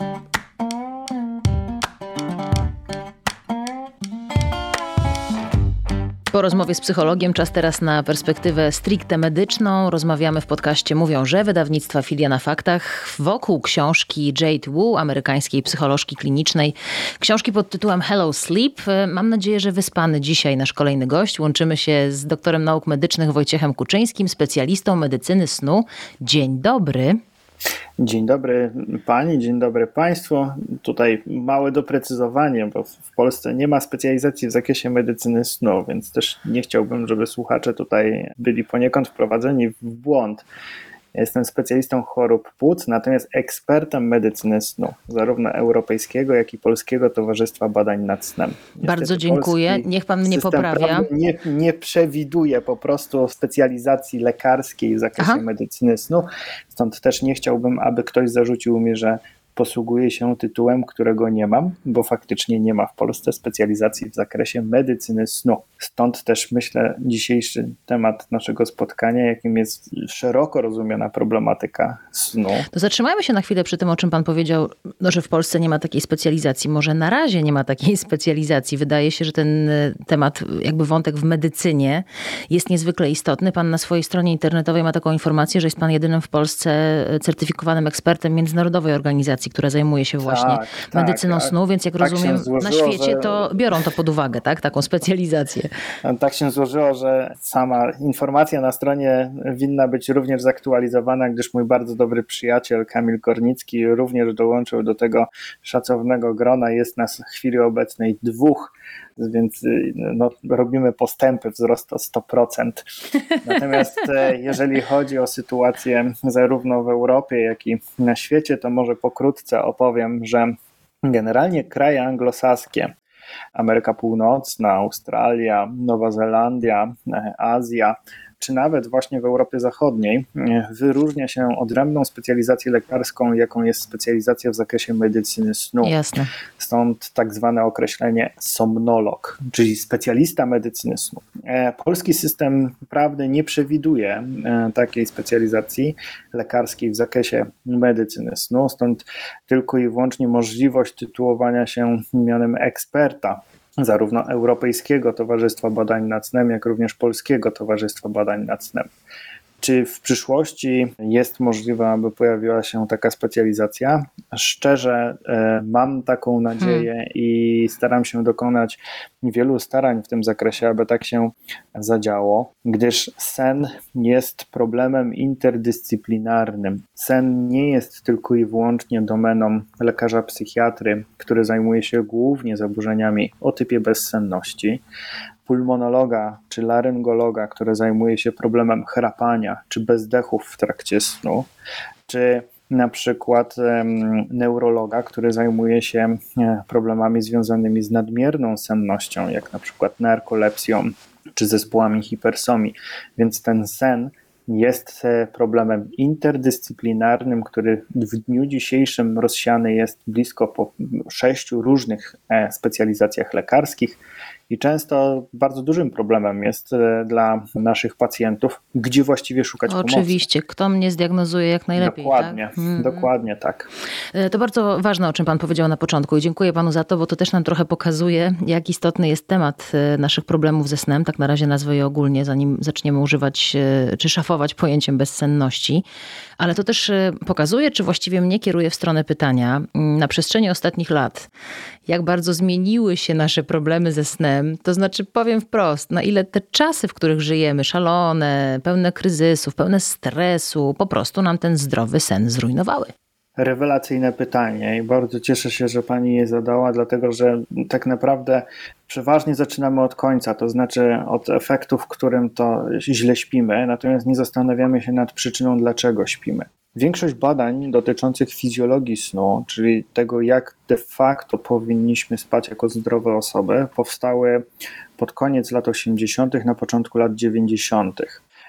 Po rozmowie z psychologiem czas teraz na perspektywę stricte medyczną. Rozmawiamy w podcaście Mówią, że wydawnictwa Filia na Faktach wokół książki Jade Wu, amerykańskiej psycholożki klinicznej. Książki pod tytułem Hello Sleep. Mam nadzieję, że wyspany dzisiaj nasz kolejny gość. Łączymy się z doktorem nauk medycznych Wojciechem Kuczyńskim, specjalistą medycyny snu. Dzień dobry. Dzień dobry pani, dzień dobry państwu. Tutaj małe doprecyzowanie, bo w Polsce nie ma specjalizacji w zakresie medycyny snu, więc też nie chciałbym, żeby słuchacze tutaj byli poniekąd wprowadzeni w błąd. Ja jestem specjalistą chorób płuc, natomiast ekspertem medycyny snu, zarówno Europejskiego, jak i Polskiego Towarzystwa Badań nad Snem. Niestety Bardzo dziękuję. Niech pan mnie poprawia. Nie, nie przewiduje po prostu specjalizacji lekarskiej w zakresie Aha. medycyny snu, stąd też nie chciałbym, aby ktoś zarzucił mi, że posługuję się tytułem, którego nie mam, bo faktycznie nie ma w Polsce specjalizacji w zakresie medycyny snu. Stąd też myślę dzisiejszy temat naszego spotkania, jakim jest szeroko rozumiana problematyka snu. To zatrzymajmy się na chwilę przy tym, o czym pan powiedział, no, że w Polsce nie ma takiej specjalizacji. Może na razie nie ma takiej specjalizacji. Wydaje się, że ten temat, jakby wątek w medycynie jest niezwykle istotny. Pan na swojej stronie internetowej ma taką informację, że jest pan jedynym w Polsce certyfikowanym ekspertem międzynarodowej organizacji, która zajmuje się właśnie tak, medycyną tak, snu, więc jak tak rozumiem, złożyło, na świecie że... to biorą to pod uwagę, tak? Taką specjalizację. Tak się złożyło, że sama informacja na stronie winna być również zaktualizowana, gdyż mój bardzo dobry przyjaciel Kamil Kornicki również dołączył do tego szacownego grona. Jest nas w chwili obecnej dwóch, więc no, robimy postępy, wzrost o sto procent. Natomiast jeżeli chodzi o sytuację zarówno w Europie, jak i na świecie, to może pokrótce opowiem, że generalnie kraje anglosaskie, Ameryka Północna, Australia, Nowa Zelandia, Azja, czy nawet właśnie w Europie Zachodniej wyróżnia się odrębną specjalizację lekarską, jaką jest specjalizacja w zakresie medycyny snu. Jasne. Stąd tak zwane określenie somnolog, czyli specjalista medycyny snu. Polski system prawny nie przewiduje takiej specjalizacji lekarskiej w zakresie medycyny snu, stąd tylko i wyłącznie możliwość tytułowania się mianem eksperta zarówno Europejskiego Towarzystwa Badań nad Snem, jak również Polskiego Towarzystwa Badań nad Snem. Czy w przyszłości jest możliwe, aby pojawiła się taka specjalizacja? Szczerze e, mam taką nadzieję hmm. i staram się dokonać wielu starań w tym zakresie, aby tak się zadziało, gdyż sen jest problemem interdyscyplinarnym. Sen nie jest tylko i wyłącznie domeną lekarza psychiatry, który zajmuje się głównie zaburzeniami o typie bezsenności, pulmonologa czy laryngologa, który zajmuje się problemem chrapania czy bezdechów w trakcie snu, czy na przykład um, neurologa, który zajmuje się e, problemami związanymi z nadmierną sennością, jak na przykład narkolepsją czy zespołami hipersomii. Więc ten sen jest problemem interdyscyplinarnym, który w dniu dzisiejszym rozsiany jest blisko po sześciu różnych specjalizacjach lekarskich i często bardzo dużym problemem jest dla naszych pacjentów, gdzie właściwie szukać pomocy. Oczywiście, kto mnie zdiagnozuje jak najlepiej. Dokładnie, tak? mm-hmm. dokładnie tak. To bardzo ważne, o czym pan powiedział na początku i dziękuję panu za to, bo to też nam trochę pokazuje, jak istotny jest temat naszych problemów ze snem. Tak na razie nazwę je ogólnie, zanim zaczniemy używać czy szafować pojęciem bezsenności. Ale to też pokazuje, czy właściwie mnie kieruje w stronę pytania na przestrzeni ostatnich lat, jak bardzo zmieniły się nasze problemy ze snem. To znaczy, powiem wprost, na ile te czasy, w których żyjemy, szalone, pełne kryzysów, pełne stresu, po prostu nam ten zdrowy sen zrujnowały. Rewelacyjne pytanie i bardzo cieszę się, że pani je zadała, dlatego że tak naprawdę przeważnie zaczynamy od końca, to znaczy od efektu, w którym to źle śpimy, natomiast nie zastanawiamy się nad przyczyną, dlaczego śpimy. Większość badań dotyczących fizjologii snu, czyli tego, jak de facto powinniśmy spać jako zdrowe osoby, powstały pod koniec lat osiemdziesiątych, na początku lat dziewięćdziesiątych.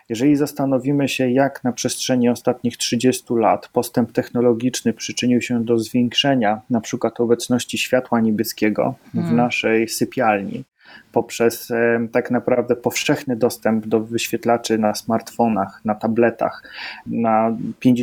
Jeżeli zastanowimy się, jak na przestrzeni ostatnich trzydziestu lat postęp technologiczny przyczynił się do zwiększenia na przykład obecności światła niebieskiego w Hmm. naszej sypialni, poprzez e, tak naprawdę powszechny dostęp do wyświetlaczy na smartfonach, na tabletach, na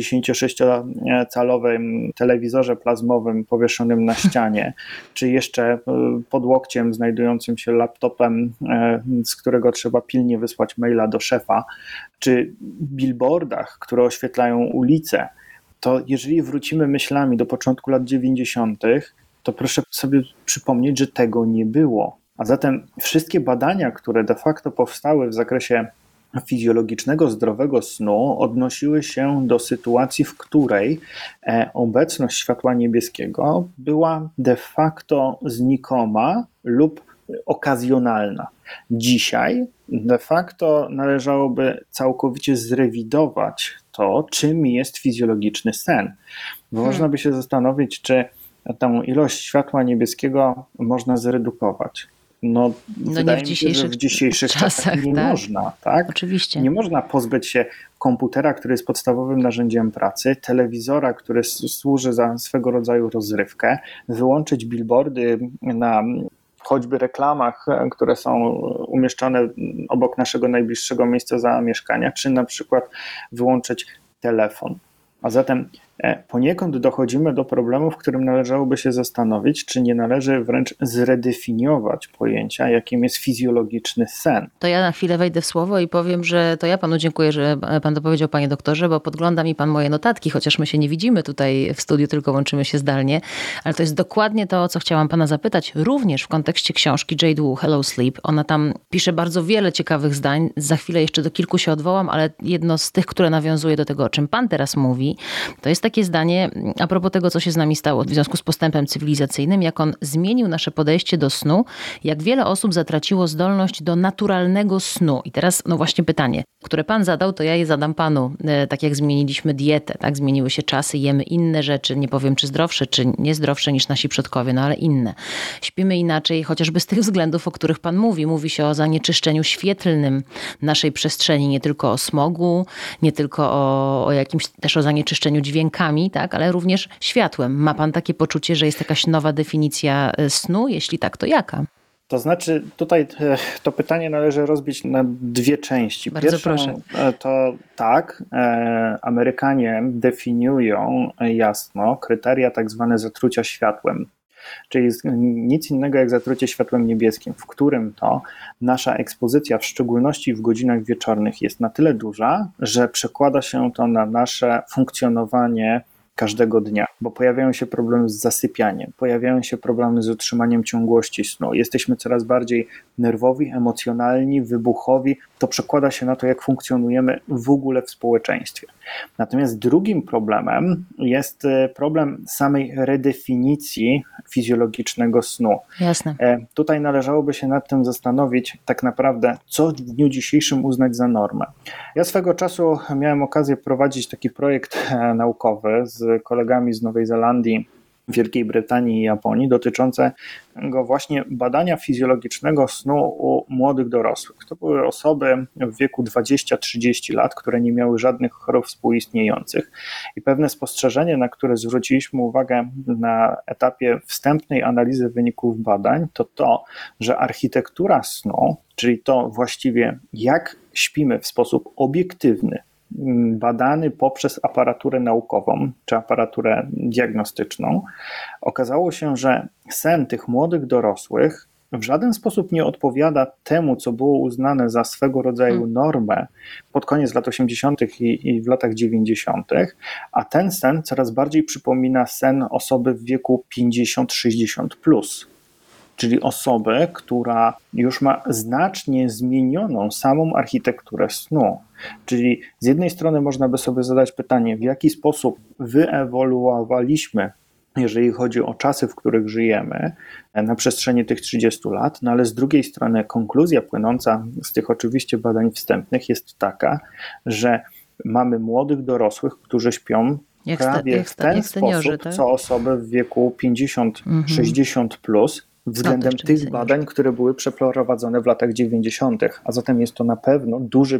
pięćdziesięciosześciocalowym telewizorze plazmowym powieszonym na ścianie, czy jeszcze e, pod łokciem znajdującym się laptopem, e, z którego trzeba pilnie wysłać maila do szefa, czy billboardach, które oświetlają ulice, to jeżeli wrócimy myślami do początku lat dziewięćdziesiątych, to proszę sobie przypomnieć, że tego nie było. A zatem wszystkie badania, które de facto powstały w zakresie fizjologicznego, zdrowego snu, odnosiły się do sytuacji, w której obecność światła niebieskiego była de facto znikoma lub okazjonalna. Dzisiaj de facto należałoby całkowicie zrewidować to, czym jest fizjologiczny sen. Bo hmm. można by się zastanowić, czy tę ilość światła niebieskiego można zredukować. No, no wydaje nie w mi się, że w dzisiejszych czasach, czasach nie tak? można. Tak? Oczywiście. Nie można pozbyć się komputera, który jest podstawowym narzędziem pracy, telewizora, który służy za swego rodzaju rozrywkę, wyłączyć billboardy na choćby reklamach, które są umieszczone obok naszego najbliższego miejsca zamieszkania, czy na przykład wyłączyć telefon. A zatem poniekąd dochodzimy do problemu, w którym należałoby się zastanowić, czy nie należy wręcz zredefiniować pojęcia, jakim jest fizjologiczny sen. To ja na chwilę wejdę w słowo i powiem, że to ja panu dziękuję, że pan to powiedział, panie doktorze, bo podgląda mi pan moje notatki, chociaż my się nie widzimy tutaj w studiu, tylko łączymy się zdalnie, ale to jest dokładnie to, o co chciałam pana zapytać, również w kontekście książki Jade Wu, Hello Sleep. Ona tam pisze bardzo wiele ciekawych zdań, za chwilę jeszcze do kilku się odwołam, ale jedno z tych, które nawiązuje do tego, o czym pan teraz mówi, to jest takie zdanie a propos tego, co się z nami stało w związku z postępem cywilizacyjnym, jak on zmienił nasze podejście do snu, jak wiele osób zatraciło zdolność do naturalnego snu. I teraz no właśnie pytanie, które pan zadał, to ja je zadam panu. Tak jak zmieniliśmy dietę, tak zmieniły się czasy, jemy inne rzeczy, nie powiem czy zdrowsze, czy niezdrowsze niż nasi przodkowie, no ale inne. Śpimy inaczej, chociażby z tych względów, o których pan mówi. Mówi się o zanieczyszczeniu świetlnym naszej przestrzeni, nie tylko o smogu, nie tylko o, o jakimś też o zanieczyszczeniu dźwiękami, tak, ale również światłem. Ma pan takie poczucie, że jest jakaś nowa definicja snu? Jeśli tak, to jaka? To znaczy, tutaj to pytanie należy rozbić na dwie części. Bardzo Pierwszą proszę. To tak, Amerykanie definiują jasno kryteria tak zwane zatrucia światłem. Czyli nic innego jak zatrucie światłem niebieskim, w którym to nasza ekspozycja, w szczególności w godzinach wieczornych, jest na tyle duża, że przekłada się to na nasze funkcjonowanie każdego dnia, bo pojawiają się problemy z zasypianiem, pojawiają się problemy z utrzymaniem ciągłości snu, jesteśmy coraz bardziej nerwowi, emocjonalni, wybuchowi, to przekłada się na to, jak funkcjonujemy w ogóle w społeczeństwie. Natomiast drugim problemem jest problem samej redefinicji fizjologicznego snu. Jasne. Tutaj należałoby się nad tym zastanowić tak naprawdę, co w dniu dzisiejszym uznać za normę. Ja swego czasu miałem okazję prowadzić taki projekt naukowy z kolegami z Nowej Zelandii, Wielkiej Brytanii i Japonii dotyczącego właśnie badania fizjologicznego snu u młodych dorosłych. To były osoby w wieku dwadzieścia trzydzieści lat, które nie miały żadnych chorób współistniejących i pewne spostrzeżenie, na które zwróciliśmy uwagę na etapie wstępnej analizy wyników badań, to to, że architektura snu, czyli to właściwie jak śpimy w sposób obiektywny, badany poprzez aparaturę naukową czy aparaturę diagnostyczną, okazało się, że sen tych młodych dorosłych w żaden sposób nie odpowiada temu, co było uznane za swego rodzaju normę pod koniec lat osiemdziesiątych i, i w latach dziewięćdziesiątych, a ten sen coraz bardziej przypomina sen osoby w wieku pięćdziesiąt sześćdziesiąt plus. Czyli osoby, która już ma znacznie zmienioną samą architekturę snu. Czyli z jednej strony można by sobie zadać pytanie, w jaki sposób wyewoluowaliśmy, jeżeli chodzi o czasy, w których żyjemy, na przestrzeni tych trzydziestu lat, no ale z drugiej strony konkluzja płynąca z tych oczywiście badań wstępnych jest taka, że mamy młodych dorosłych, którzy śpią jak prawie jak w ten jak seniorzy, sposób, tak? co osoby w wieku pięćdziesiąt sześćdziesiąt plus, względem no, tych badań, które były przeprowadzone w latach dziewięćdziesiątych. A zatem jest to na pewno duży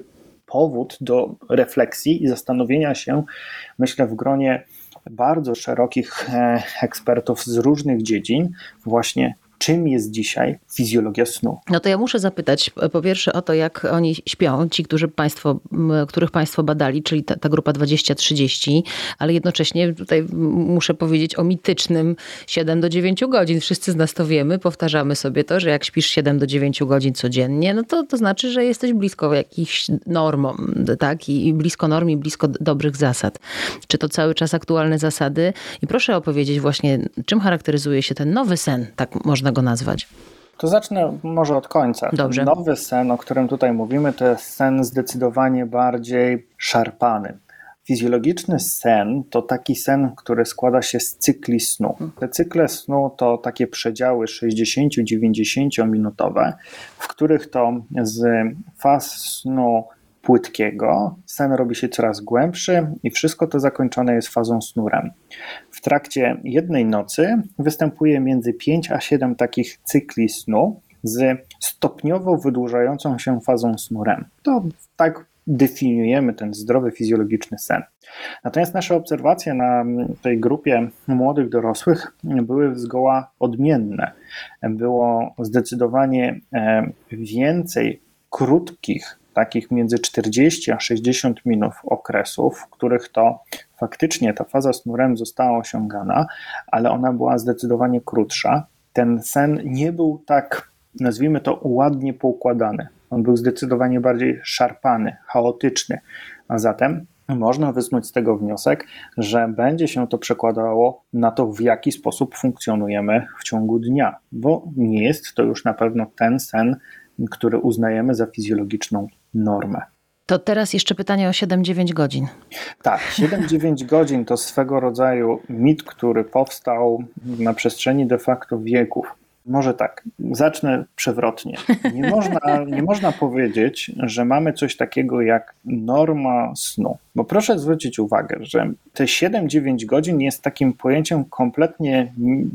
powód do refleksji i zastanowienia się, myślę, w gronie bardzo szerokich ekspertów z różnych dziedzin, właśnie czym jest dzisiaj fizjologia snu. No to ja muszę zapytać po pierwsze o to, jak oni śpią, ci, którzy państwo, których Państwo badali, czyli ta, ta grupa dwadzieścia trzydzieści, ale jednocześnie tutaj muszę powiedzieć o mitycznym siedem do dziewięciu godzin. Wszyscy z nas to wiemy, powtarzamy sobie to, że jak śpisz siedem do dziewięciu godzin codziennie, no to, to znaczy, że jesteś blisko jakichś normom, tak? I, i blisko norm, i blisko dobrych zasad. Czy to cały czas aktualne zasady? I proszę opowiedzieć właśnie, czym charakteryzuje się ten nowy sen, tak można go nazwać. To zacznę może od końca. Dobrze. Ten nowy sen, o którym tutaj mówimy, to jest sen zdecydowanie bardziej szarpany. Fizjologiczny sen to taki sen, który składa się z cykli snu. Te cykle snu to takie przedziały sześćdziesiąt do dziewięćdziesięciu minutowe, w których to z faz snu płytkiego sen robi się coraz głębszy i wszystko to zakończone jest fazą snu R E M. W trakcie jednej nocy występuje między pięć a siedem takich cykli snu z stopniowo wydłużającą się fazą snu R E M. To tak definiujemy ten zdrowy fizjologiczny sen. Natomiast nasze obserwacje na tej grupie młodych dorosłych były zgoła odmienne. Było zdecydowanie więcej krótkich, takich między czterdzieści a sześćdziesiąt minut okresów, w których to faktycznie ta faza snu R E M została osiągana, ale ona była zdecydowanie krótsza. Ten sen nie był tak, nazwijmy to, ładnie poukładany. On był zdecydowanie bardziej szarpany, chaotyczny, a zatem można wysnuć z tego wniosek, że będzie się to przekładało na to, w jaki sposób funkcjonujemy w ciągu dnia, bo nie jest to już na pewno ten sen, który uznajemy za fizjologiczną normę. To teraz jeszcze pytanie o siedem do dziewięciu godzin. Tak, siedem do dziewięciu godzin to swego rodzaju mit, który powstał na przestrzeni de facto wieków. Może tak, zacznę przewrotnie. Nie można, nie można powiedzieć, że mamy coś takiego jak norma snu. Bo proszę zwrócić uwagę, że te siedem do dziewięciu godzin jest takim pojęciem kompletnie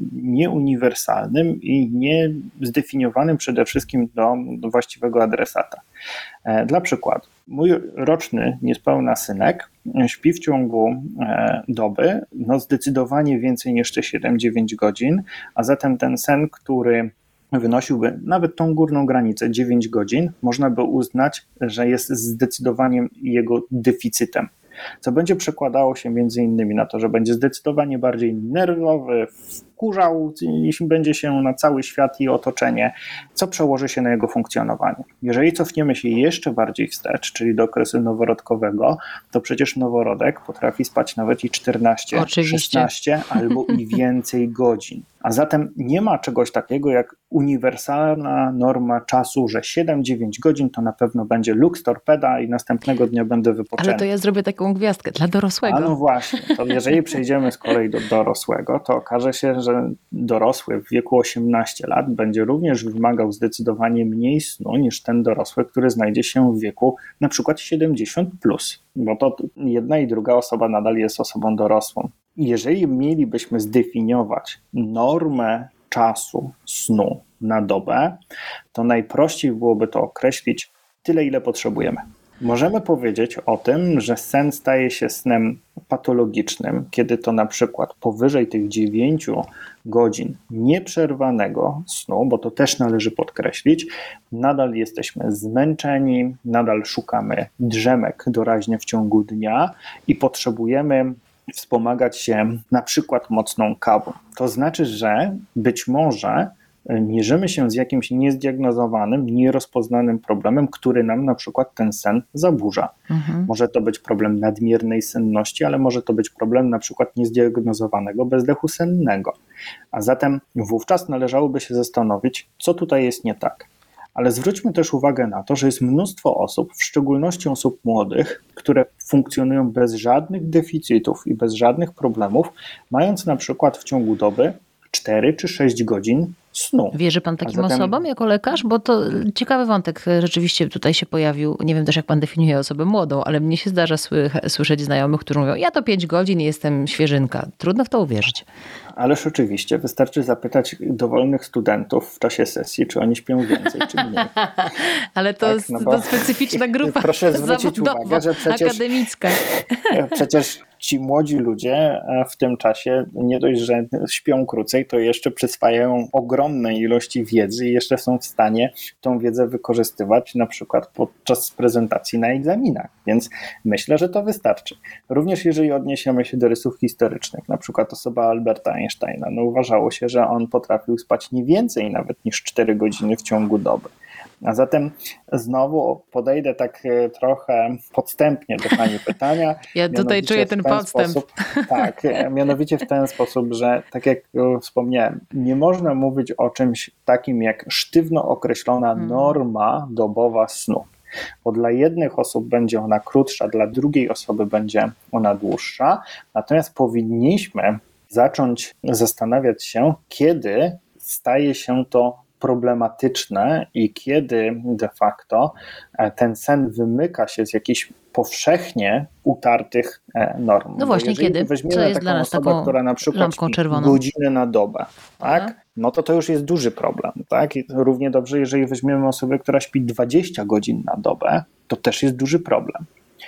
nieuniwersalnym i nie zdefiniowanym przede wszystkim do, do właściwego adresata. Dla przykładu, mój roczny, niespełna synek śpi w ciągu doby no zdecydowanie więcej niż te siedem do dziewięciu godzin, a zatem ten sen, który wynosiłby nawet tą górną granicę dziewięć godzin, można by uznać, że jest zdecydowanie jego deficytem. Co będzie przekładało się między innymi na to, że będzie zdecydowanie bardziej nerwowy, wkurzał, jeśli będzie się na cały świat i otoczenie, co przełoży się na jego funkcjonowanie. Jeżeli cofniemy się jeszcze bardziej wstecz, czyli do okresu noworodkowego, to przecież noworodek potrafi spać nawet i czternaście, Oczywiście. szesnaście albo i więcej godzin. A zatem nie ma czegoś takiego jak uniwersalna norma czasu, że siedem do dziewięciu godzin to na pewno będzie lux torpeda i następnego dnia będę wypoczęty. Ale to ja zrobię taką gwiazdkę dla dorosłego. A no właśnie, to jeżeli przejdziemy z kolei do dorosłego, to okaże się, że dorosły w wieku osiemnastu lat będzie również wymagał zdecydowanie mniej snu niż ten dorosły, który znajdzie się w wieku na przykład siedemdziesiąt plus, bo to jedna i druga osoba nadal jest osobą dorosłą. Jeżeli mielibyśmy zdefiniować normę czasu snu na dobę, to najprościej byłoby to określić tyle, ile potrzebujemy. Możemy powiedzieć o tym, że sen staje się snem patologicznym, kiedy to na przykład powyżej tych dziewięciu godzin nieprzerwanego snu, bo to też należy podkreślić, nadal jesteśmy zmęczeni, nadal szukamy drzemek doraźnie w ciągu dnia i potrzebujemy wspomagać się na przykład mocną kawą. To znaczy, że być może mierzymy się z jakimś niezdiagnozowanym, nierozpoznanym problemem, który nam na przykład ten sen zaburza. Mhm. Może to być problem nadmiernej senności, ale może to być problem na przykład niezdiagnozowanego bezdechu sennego. A zatem wówczas należałoby się zastanowić, co tutaj jest nie tak. Ale zwróćmy też uwagę na to, że jest mnóstwo osób, w szczególności osób młodych, które funkcjonują bez żadnych deficytów i bez żadnych problemów, mając na przykład w ciągu doby cztery czy sześć godzin snu. Wierzy pan takim zatem... osobom jako lekarz? Bo to ciekawy wątek rzeczywiście tutaj się pojawił. Nie wiem też, jak pan definiuje osobę młodą, ale mnie się zdarza słyszeć znajomych, którzy mówią, ja to pięć godzin i jestem świeżynka. Trudno w to uwierzyć. Ależ oczywiście, wystarczy zapytać dowolnych studentów w czasie sesji, czy oni śpią więcej, czy mniej. Ale to, tak, no bo... to specyficzna grupa proszę zwrócić uwagę, że przecież, akademicka. Przecież ci młodzi ludzie w tym czasie nie dość, że śpią krócej, to jeszcze przyswajają ogromne ilości wiedzy i jeszcze są w stanie tą wiedzę wykorzystywać na przykład podczas prezentacji na egzaminach. Więc myślę, że to wystarczy. Również jeżeli odniesiemy się do rysów historycznych, na przykład osoba Alberta Einsteina, no uważało się, że on potrafił spać nie więcej nawet niż cztery godziny w ciągu doby. A zatem znowu podejdę tak trochę podstępnie do pani pytania. Ja tutaj czuję ten, ten podstęp. Sposób, tak, mianowicie w ten sposób, że tak jak wspomniałem, nie można mówić o czymś takim jak sztywno określona norma dobowa snu. Bo dla jednych osób będzie ona krótsza, dla drugiej osoby będzie ona dłuższa. Natomiast powinniśmy zacząć zastanawiać się, kiedy staje się to problematyczne i kiedy de facto ten sen wymyka się z jakichś powszechnie utartych norm. No właśnie, kiedy? Weźmiemy Co jest taką dla nas osobę, taką która na przykład śpi godzinę na dobę, tak? No to to już jest duży problem, tak? I równie dobrze, jeżeli weźmiemy osobę, która śpi dwadzieścia godzin na dobę, to też jest duży problem.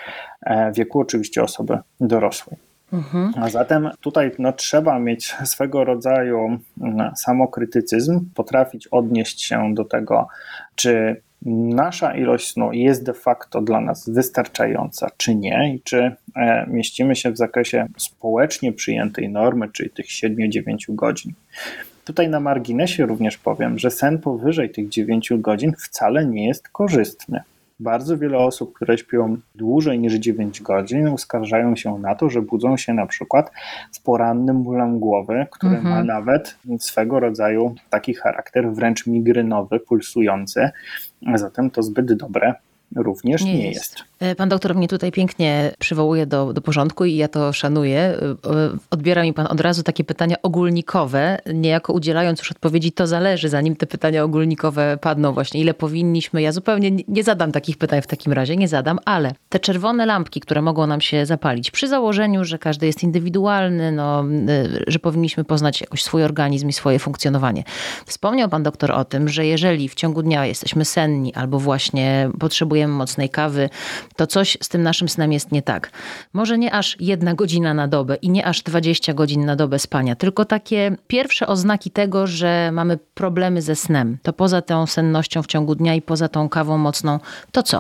W wieku oczywiście osoby dorosłej. Mhm. A zatem tutaj no, trzeba mieć swego rodzaju samokrytycyzm, potrafić odnieść się do tego, czy nasza ilość snu jest de facto dla nas wystarczająca, czy nie, i czy e, mieścimy się w zakresie społecznie przyjętej normy, czyli tych siedem do dziewięciu godzin. Tutaj na marginesie również powiem, że sen powyżej tych dziewięciu godzin wcale nie jest korzystny. Bardzo wiele osób, które śpią dłużej niż dziewięć godzin, uskarżają się na to, że budzą się na przykład z porannym bólem głowy, który mhm. ma nawet swego rodzaju taki charakter wręcz migrynowy, pulsujący. Zatem to zbyt dobre również nie, nie jest. jest. Pan doktor mnie tutaj pięknie przywołuje do, do porządku i ja to szanuję. Odbiera mi pan od razu takie pytania ogólnikowe, niejako udzielając już odpowiedzi, to zależy, zanim te pytania ogólnikowe padną właśnie. Ile powinniśmy, ja zupełnie nie zadam takich pytań w takim razie, nie zadam, ale te czerwone lampki, które mogą nam się zapalić, przy założeniu, że każdy jest indywidualny, no, że powinniśmy poznać jakoś swój organizm i swoje funkcjonowanie. Wspomniał pan doktor o tym, że jeżeli w ciągu dnia jesteśmy senni albo właśnie potrzebujemy mocnej kawy, to coś z tym naszym snem jest nie tak. Może nie aż jedna godzina na dobę i nie aż dwadzieścia godzin na dobę spania, tylko takie pierwsze oznaki tego, że mamy problemy ze snem. To poza tą sennością w ciągu dnia i poza tą kawą mocną, to co?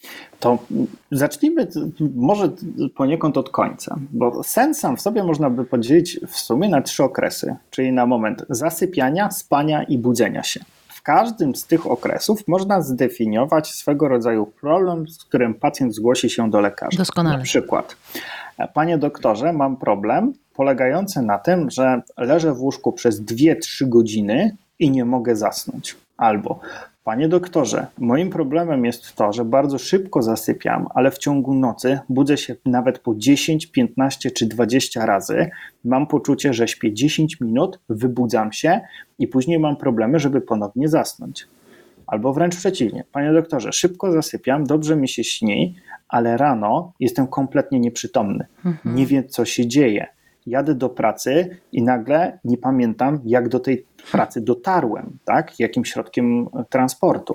To zacznijmy może poniekąd od końca, bo sen sam w sobie można by podzielić w sumie na trzy okresy, czyli na moment zasypiania, spania i budzenia się. W każdym z tych okresów można zdefiniować swego rodzaju problem, z którym pacjent zgłosi się do lekarza. Doskonale. Na przykład, panie doktorze, mam problem polegający na tym, że leżę w łóżku przez dwie trzy godziny i nie mogę zasnąć. Albo, panie doktorze, moim problemem jest to, że bardzo szybko zasypiam, ale w ciągu nocy budzę się nawet po dziesięć, piętnaście czy dwadzieścia razy. Mam poczucie, że śpię dziesięć minut, wybudzam się i później mam problemy, żeby ponownie zasnąć. Albo wręcz przeciwnie. Panie doktorze, szybko zasypiam, dobrze mi się śni, ale rano jestem kompletnie nieprzytomny. Mhm. Nie wiem, co się dzieje. Jadę do pracy i nagle nie pamiętam, jak do tej pracy dotarłem, tak? Jakim środkiem transportu.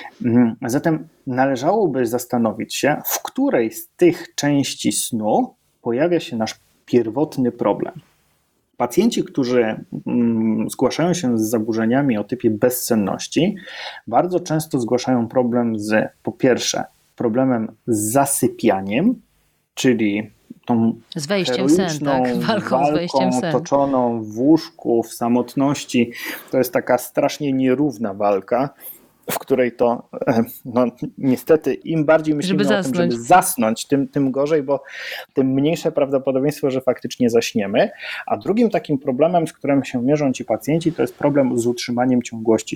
Zatem należałoby zastanowić się, w której z tych części snu pojawia się nasz pierwotny problem. Pacjenci, którzy zgłaszają się z zaburzeniami o typie bezsenności, bardzo często zgłaszają problem z, po pierwsze, problemem z zasypianiem, czyli tą z wejściem sen, tak? Walką, walką z wejściem sen. Toczoną w łóżku, w samotności. To jest taka strasznie nierówna walka, w której to no, niestety im bardziej myślimy żeby o tym, żeby zasnąć, tym, tym gorzej, bo tym mniejsze prawdopodobieństwo, że faktycznie zaśniemy. A drugim takim problemem, z którym się mierzą ci pacjenci, to jest problem z utrzymaniem ciągłości snu.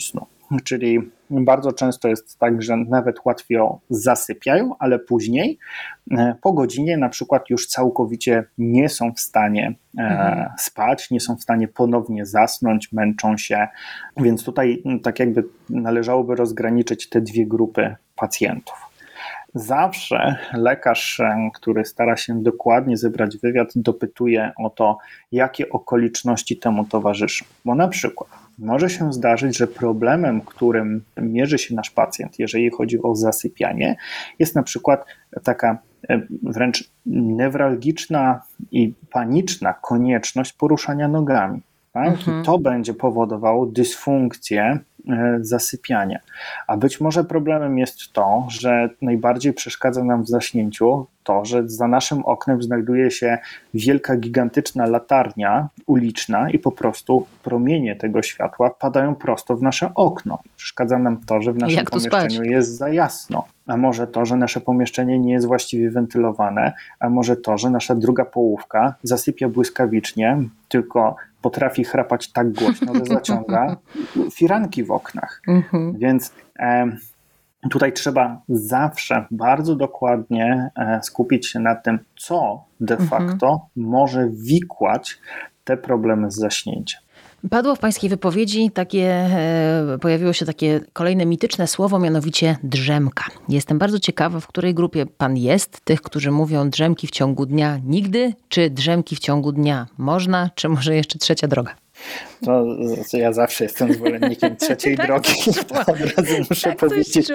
czyli bardzo często jest tak, że nawet łatwiej zasypiają, ale później po godzinie na przykład już całkowicie nie są w stanie mhm. spać, nie są w stanie ponownie zasnąć, męczą się, więc tutaj tak jakby należałoby rozgraniczyć te dwie grupy pacjentów. Zawsze lekarz, który stara się dokładnie zebrać wywiad, dopytuje o to, jakie okoliczności temu towarzyszą. Bo na przykład może się zdarzyć, że problemem, którym mierzy się nasz pacjent, jeżeli chodzi o zasypianie, jest na przykład taka wręcz newralgiczna i paniczna konieczność poruszania nogami. Tak? Mhm. I to będzie powodowało dysfunkcję zasypiania. A być może problemem jest to, że najbardziej przeszkadza nam w zaśnięciu to, że za naszym oknem znajduje się wielka, gigantyczna latarnia uliczna i po prostu promienie tego światła padają prosto w nasze okno. Przeszkadza nam to, że w naszym pomieszczeniu spać? Jest za jasno. A może to, że nasze pomieszczenie nie jest właściwie wentylowane, a może to, że nasza druga połówka zasypia błyskawicznie, tylko potrafi chrapać tak głośno, że zaciąga firanki w oknach. Mhm. Więc e, tutaj trzeba zawsze bardzo dokładnie e, skupić się na tym, co de facto mhm. może wikłać te problemy z zaśnięciem. Padło w pańskiej wypowiedzi takie, e, pojawiło się takie kolejne mityczne słowo, mianowicie drzemka. Jestem bardzo ciekawa, w której grupie pan jest, tych, którzy mówią drzemki w ciągu dnia nigdy, czy drzemki w ciągu dnia można, czy może jeszcze trzecia droga? To, to ja zawsze jestem zwolennikiem trzeciej tak drogi. Od razu muszę tak powiedzieć.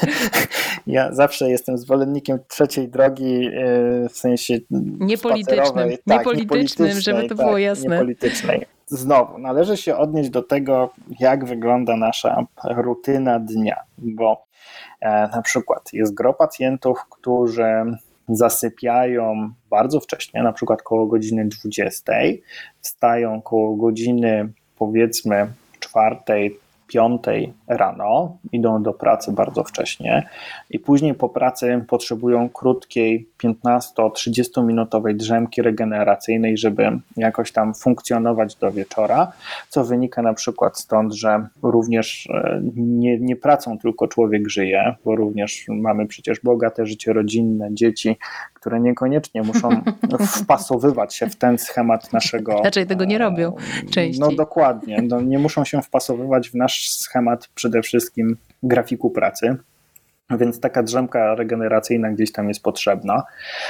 Ja zawsze jestem zwolennikiem trzeciej drogi w sensie niepolitycznym, tak, niepolitycznym, żeby to tak, było jasne. Niepolitycznej. Znowu, należy się odnieść do tego, jak wygląda nasza rutyna dnia, bo e, na przykład jest gro pacjentów, którzy zasypiają bardzo wcześnie, na przykład koło godziny dwudziestej, wstają koło godziny powiedzmy czwartej, piątej rano, idą do pracy bardzo wcześnie i później po pracy potrzebują krótkiej piętnasto-trzydziesto minutowej drzemki regeneracyjnej, żeby jakoś tam funkcjonować do wieczora, co wynika na przykład stąd, że również nie, nie pracą tylko człowiek żyje, bo również mamy przecież bogate życie rodzinne, dzieci, które niekoniecznie muszą wpasowywać się w ten schemat naszego... Raczej tego nie robią częściej. No dokładnie, no, nie muszą się wpasowywać w nasz schemat przede wszystkim grafiku pracy, więc taka drzemka regeneracyjna gdzieś tam jest potrzebna.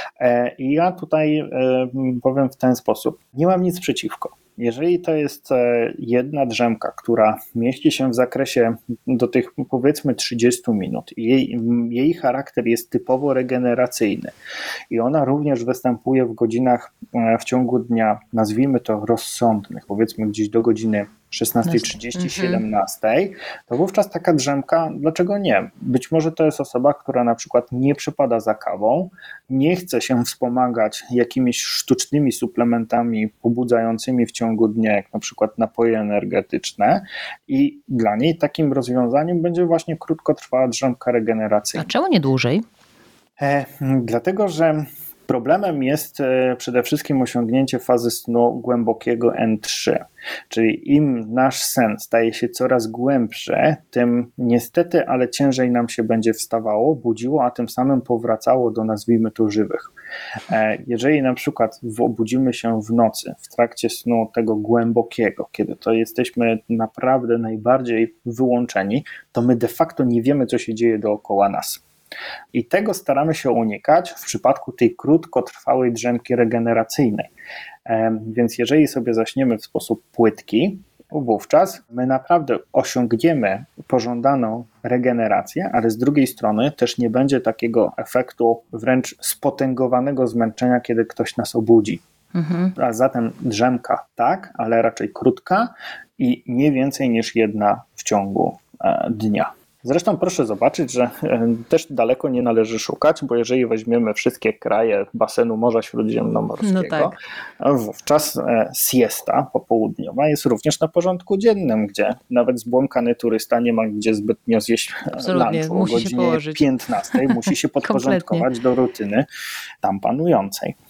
I ja tutaj powiem w ten sposób, nie mam nic przeciwko. Jeżeli to jest jedna drzemka, która mieści się w zakresie do tych powiedzmy trzydziestu minut i jej, jej charakter jest typowo regeneracyjny i ona również występuje w godzinach w ciągu dnia, nazwijmy to rozsądnych, powiedzmy gdzieś do godziny szesnastej trzydzieści, siedemnastej, to wówczas taka drzemka, dlaczego nie? Być może to jest osoba, która na przykład nie przypada za kawą, nie chce się wspomagać jakimiś sztucznymi suplementami pobudzającymi w ciągu dnia, jak na przykład napoje energetyczne i dla niej takim rozwiązaniem będzie właśnie krótkotrwała drzemka regeneracyjna. A czemu nie dłużej? E, dlatego, że problemem jest przede wszystkim osiągnięcie fazy snu głębokiego en trzy, czyli im nasz sen staje się coraz głębszy, tym niestety, ale ciężej nam się będzie wstawało, budziło, a tym samym powracało do, nazwijmy to, żywych. Jeżeli na przykład obudzimy się w nocy w trakcie snu tego głębokiego, kiedy to jesteśmy naprawdę najbardziej wyłączeni, to my de facto nie wiemy, co się dzieje dookoła nas. I tego staramy się unikać w przypadku tej krótkotrwałej drzemki regeneracyjnej. Więc jeżeli sobie zaśniemy w sposób płytki, wówczas my naprawdę osiągniemy pożądaną regenerację, ale z drugiej strony też nie będzie takiego efektu wręcz spotęgowanego zmęczenia, kiedy ktoś nas obudzi. Mhm. A zatem drzemka tak, ale raczej krótka i nie więcej niż jedna w ciągu dnia. Zresztą proszę zobaczyć, że też daleko nie należy szukać, bo jeżeli weźmiemy wszystkie kraje basenu Morza Śródziemnomorskiego, no tak. wówczas siesta popołudniowa jest również na porządku dziennym, gdzie nawet zbłąkany turysta nie ma gdzie zbytnio zjeść lunchu o godzinie piętnastej, musi się podporządkować do rutyny tam panującej.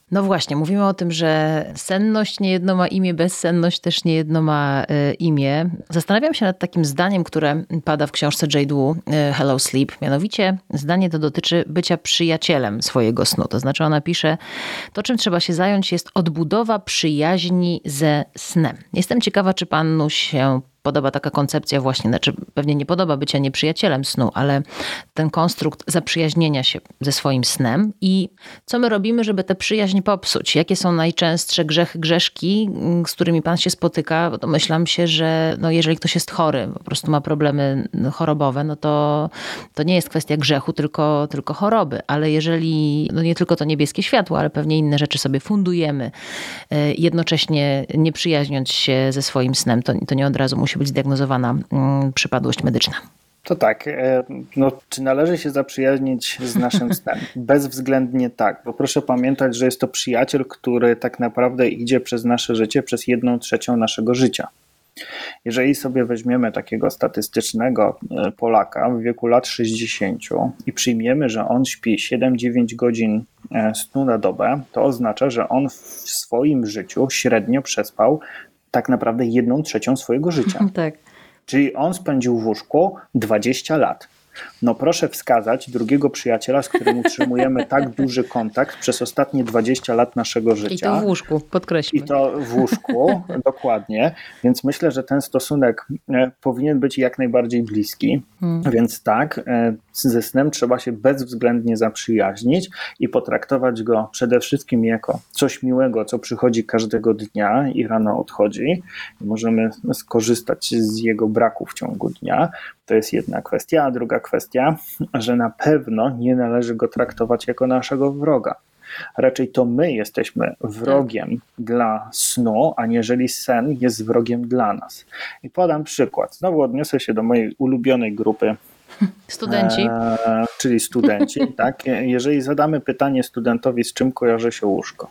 No właśnie, mówimy o tym, że senność niejedno ma imię, bezsenność też niejedno ma y, imię. Zastanawiam się nad takim zdaniem, które pada w książce Jade Wu, y, Hello Sleep. Mianowicie zdanie to dotyczy bycia przyjacielem swojego snu. To znaczy ona pisze, to czym trzeba się zająć jest odbudowa przyjaźni ze snem. Jestem ciekawa, czy panu się podoba taka koncepcja właśnie, znaczy pewnie nie podoba bycia nieprzyjacielem snu, ale ten konstrukt zaprzyjaźnienia się ze swoim snem i co my robimy, żeby tę przyjaźń popsuć? Jakie są najczęstsze grzechy, grzeszki, z którymi pan się spotyka? Bo domyślam się, że no jeżeli ktoś jest chory, po prostu ma problemy chorobowe, no to, to nie jest kwestia grzechu, tylko, tylko choroby. Ale jeżeli, no nie tylko to niebieskie światło, ale pewnie inne rzeczy sobie fundujemy, jednocześnie nie przyjaźniąc się ze swoim snem, to, to nie od razu musi być zdiagnozowana mm, przypadłość medyczna. To tak, no, czy należy się zaprzyjaźnić z naszym snem? Bezwzględnie tak, bo proszę pamiętać, że jest to przyjaciel, który tak naprawdę idzie przez nasze życie, przez jedną trzecią naszego życia. Jeżeli sobie weźmiemy takiego statystycznego Polaka w wieku lat sześćdziesięciu i przyjmiemy, że on śpi siedem dziewięć godzin snu na dobę, to oznacza, że on w swoim życiu średnio przespał tak naprawdę jedną trzecią swojego życia. Tak. Czyli on spędził w łóżku dwadzieścia lat. No proszę wskazać drugiego przyjaciela, z którym utrzymujemy tak duży kontakt przez ostatnie dwadzieścia lat naszego życia. I to w łóżku, podkreślmy. I to w łóżku, dokładnie. Więc myślę, że ten stosunek powinien być jak najbardziej bliski. Hmm. Więc tak, ze snem trzeba się bezwzględnie zaprzyjaźnić i potraktować go przede wszystkim jako coś miłego, co przychodzi każdego dnia i rano odchodzi. Możemy skorzystać z jego braku w ciągu dnia. To jest jedna kwestia, a druga kwestia, że na pewno nie należy go traktować jako naszego wroga. Raczej to my jesteśmy wrogiem tak. dla snu, aniżeli sen jest wrogiem dla nas. I podam przykład. Znowu odniosę się do mojej ulubionej grupy. Studenci. E, czyli studenci. Tak? Jeżeli zadamy pytanie studentowi, z czym kojarzy się łóżko,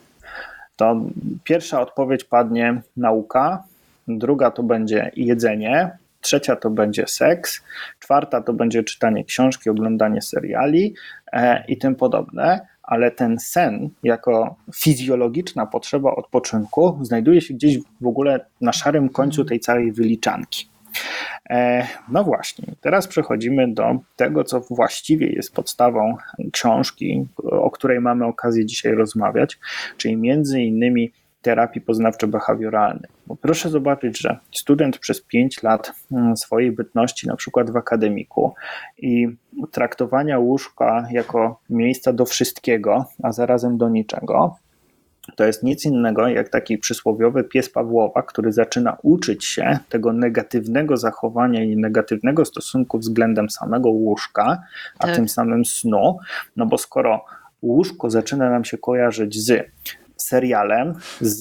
to pierwsza odpowiedź padnie nauka, druga to będzie jedzenie, trzecia to będzie seks, czwarta to będzie czytanie książki, oglądanie seriali e, i tym podobne, ale ten sen jako fizjologiczna potrzeba odpoczynku znajduje się gdzieś w ogóle na szarym końcu tej całej wyliczanki. E, no właśnie, teraz przechodzimy do tego, co właściwie jest podstawą książki, o której mamy okazję dzisiaj rozmawiać, czyli między innymi terapii poznawczo-behawioralnej. Bo proszę zobaczyć, że student przez pięć lat swojej bytności, na przykład w akademiku i traktowania łóżka jako miejsca do wszystkiego, a zarazem do niczego, to jest nic innego jak taki przysłowiowy pies Pawłowa, który zaczyna uczyć się tego negatywnego zachowania i negatywnego stosunku względem samego łóżka, a tak. tym samym snu, no bo skoro łóżko zaczyna nam się kojarzyć z serialem, z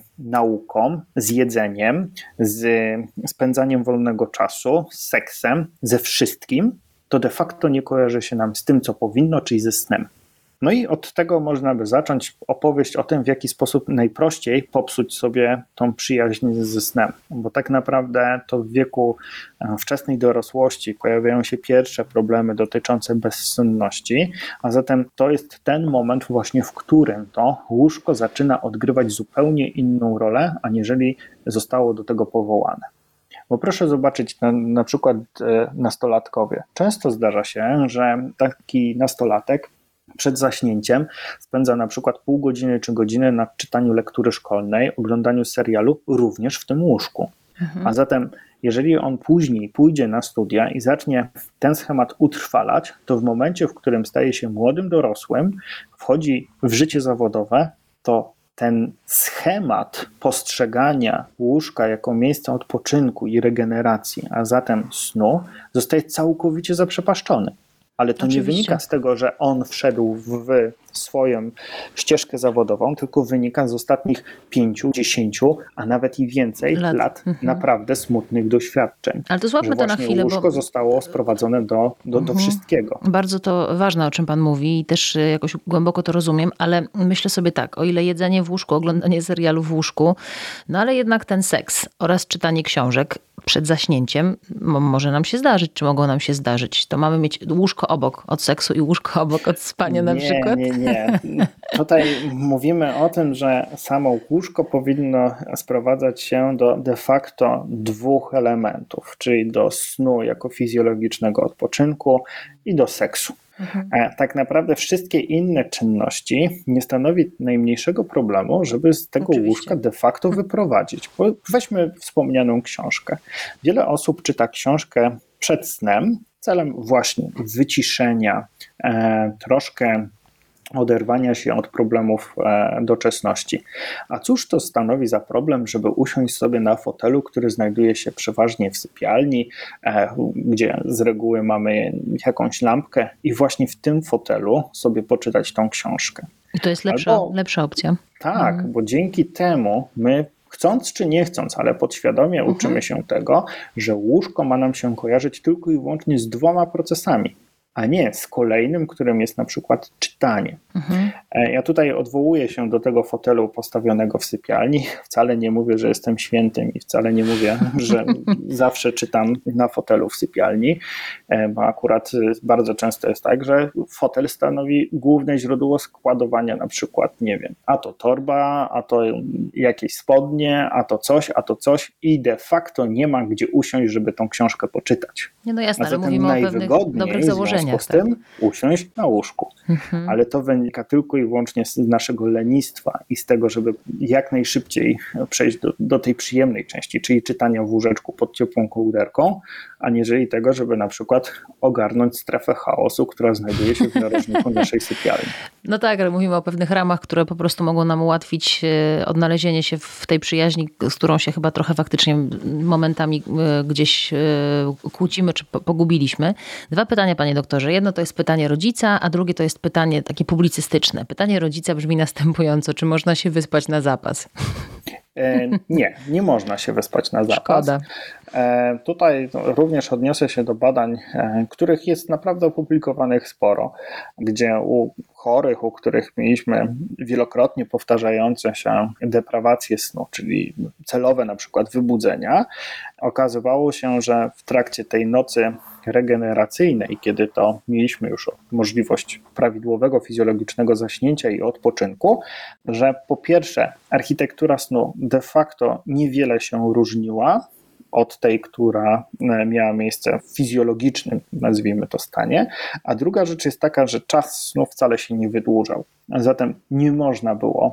nauką, z jedzeniem, z spędzaniem wolnego czasu, z seksem, ze wszystkim, to de facto nie kojarzy się nam z tym, co powinno, czyli ze snem. No i od tego można by zacząć opowieść o tym, w jaki sposób najprościej popsuć sobie tą przyjaźń ze snem. Bo tak naprawdę to w wieku wczesnej dorosłości pojawiają się pierwsze problemy dotyczące bezsenności, a zatem to jest ten moment właśnie, w którym to łóżko zaczyna odgrywać zupełnie inną rolę, aniżeli zostało do tego powołane. Bo proszę zobaczyć na, na przykład nastolatkowie. Często zdarza się, że taki nastolatek przed zaśnięciem spędza na przykład pół godziny czy godzinę na czytaniu lektury szkolnej, oglądaniu serialu również w tym łóżku. Mhm. A zatem jeżeli on później pójdzie na studia i zacznie ten schemat utrwalać, to w momencie, w którym staje się młodym dorosłym, wchodzi w życie zawodowe, to ten schemat postrzegania łóżka jako miejsca odpoczynku i regeneracji, a zatem snu, zostaje całkowicie zaprzepaszczony. Ale to Oczywiście. nie wynika z tego, że on wszedł w swoją ścieżkę zawodową, tylko wynika z ostatnich pięciu, dziesięciu, a nawet i więcej lat, lat mhm. naprawdę smutnych doświadczeń. Ale to złapmy to na chwilę, łóżko bo... zostało sprowadzone do, do, do mhm. wszystkiego. Bardzo to ważne, o czym pan mówi i też jakoś głęboko to rozumiem, ale myślę sobie tak, o ile jedzenie w łóżku, oglądanie serialu w łóżku, no ale jednak ten seks oraz czytanie książek przed zaśnięciem może nam się zdarzyć, czy mogą nam się zdarzyć. To mamy mieć łóżko obok od seksu i łóżko obok od spania nie, na przykład? Nie, nie, Nie. Tutaj mówimy o tym, że samo łóżko powinno sprowadzać się do de facto dwóch elementów, czyli do snu jako fizjologicznego odpoczynku i do seksu. Mhm. Tak naprawdę wszystkie inne czynności nie stanowi najmniejszego problemu, żeby z tego Oczywiście. łóżka de facto wyprowadzić. Bo weźmy wspomnianą książkę. Wiele osób czyta książkę przed snem celem właśnie wyciszenia, e, troszkę oderwania się od problemów e, doczesności. A cóż to stanowi za problem, żeby usiąść sobie na fotelu, który znajduje się przeważnie w sypialni, e, gdzie z reguły mamy jakąś lampkę i właśnie w tym fotelu sobie poczytać tą książkę. I to jest lepsza, Albo, lepsza opcja. Tak, mhm. bo dzięki temu my chcąc czy nie chcąc, ale podświadomie mhm. uczymy się tego, że łóżko ma nam się kojarzyć tylko i wyłącznie z dwoma procesami, a nie z kolejnym, którym jest na przykład czytanie. Mhm. Ja tutaj odwołuję się do tego fotelu postawionego w sypialni. Wcale nie mówię, że jestem świętym i wcale nie mówię, że zawsze czytam na fotelu w sypialni, bo akurat bardzo często jest tak, że fotel stanowi główne źródło składowania na przykład, nie wiem, a to torba, a to jakieś spodnie, a to coś, a to coś i de facto nie ma gdzie usiąść, żeby tą książkę poczytać. Nie, no jasne, ale mówimy o pewnych dobrych założeniach. Z tym tak. usiąść na łóżku. Mhm. Ale to wynika tylko i wyłącznie z naszego lenistwa i z tego, żeby jak najszybciej przejść do, do tej przyjemnej części, czyli czytania w łóżeczku pod ciepłą kołderką, aniżeli tego, żeby na przykład ogarnąć strefę chaosu, która znajduje się w narożniku naszej sypialni. No tak, ale mówimy o pewnych ramach, które po prostu mogą nam ułatwić odnalezienie się w tej przyjaźni, z którą się chyba trochę faktycznie momentami gdzieś kłócimy czy pogubiliśmy. Dwa pytania, panie doktorze. Jedno to jest pytanie rodzica, a drugie to jest pytanie takie publicystyczne. Pytanie rodzica brzmi następująco. Czy można się wyspać na zapas? E, nie, nie można się wyspać na zapas. Szkoda. E, tutaj również odniosę się do badań, e, których jest naprawdę opublikowanych sporo, gdzie u chorych, u których mieliśmy wielokrotnie powtarzające się deprawacje snu, czyli celowe na przykład wybudzenia, okazywało się, że w trakcie tej nocy regeneracyjnej, kiedy to mieliśmy już możliwość prawidłowego fizjologicznego zaśnięcia i odpoczynku, że po pierwsze architektura snu de facto niewiele się różniła od tej, która miała miejsce w fizjologicznym, nazwijmy to, stanie, a druga rzecz jest taka, że czas snu wcale się nie wydłużał. Zatem nie można było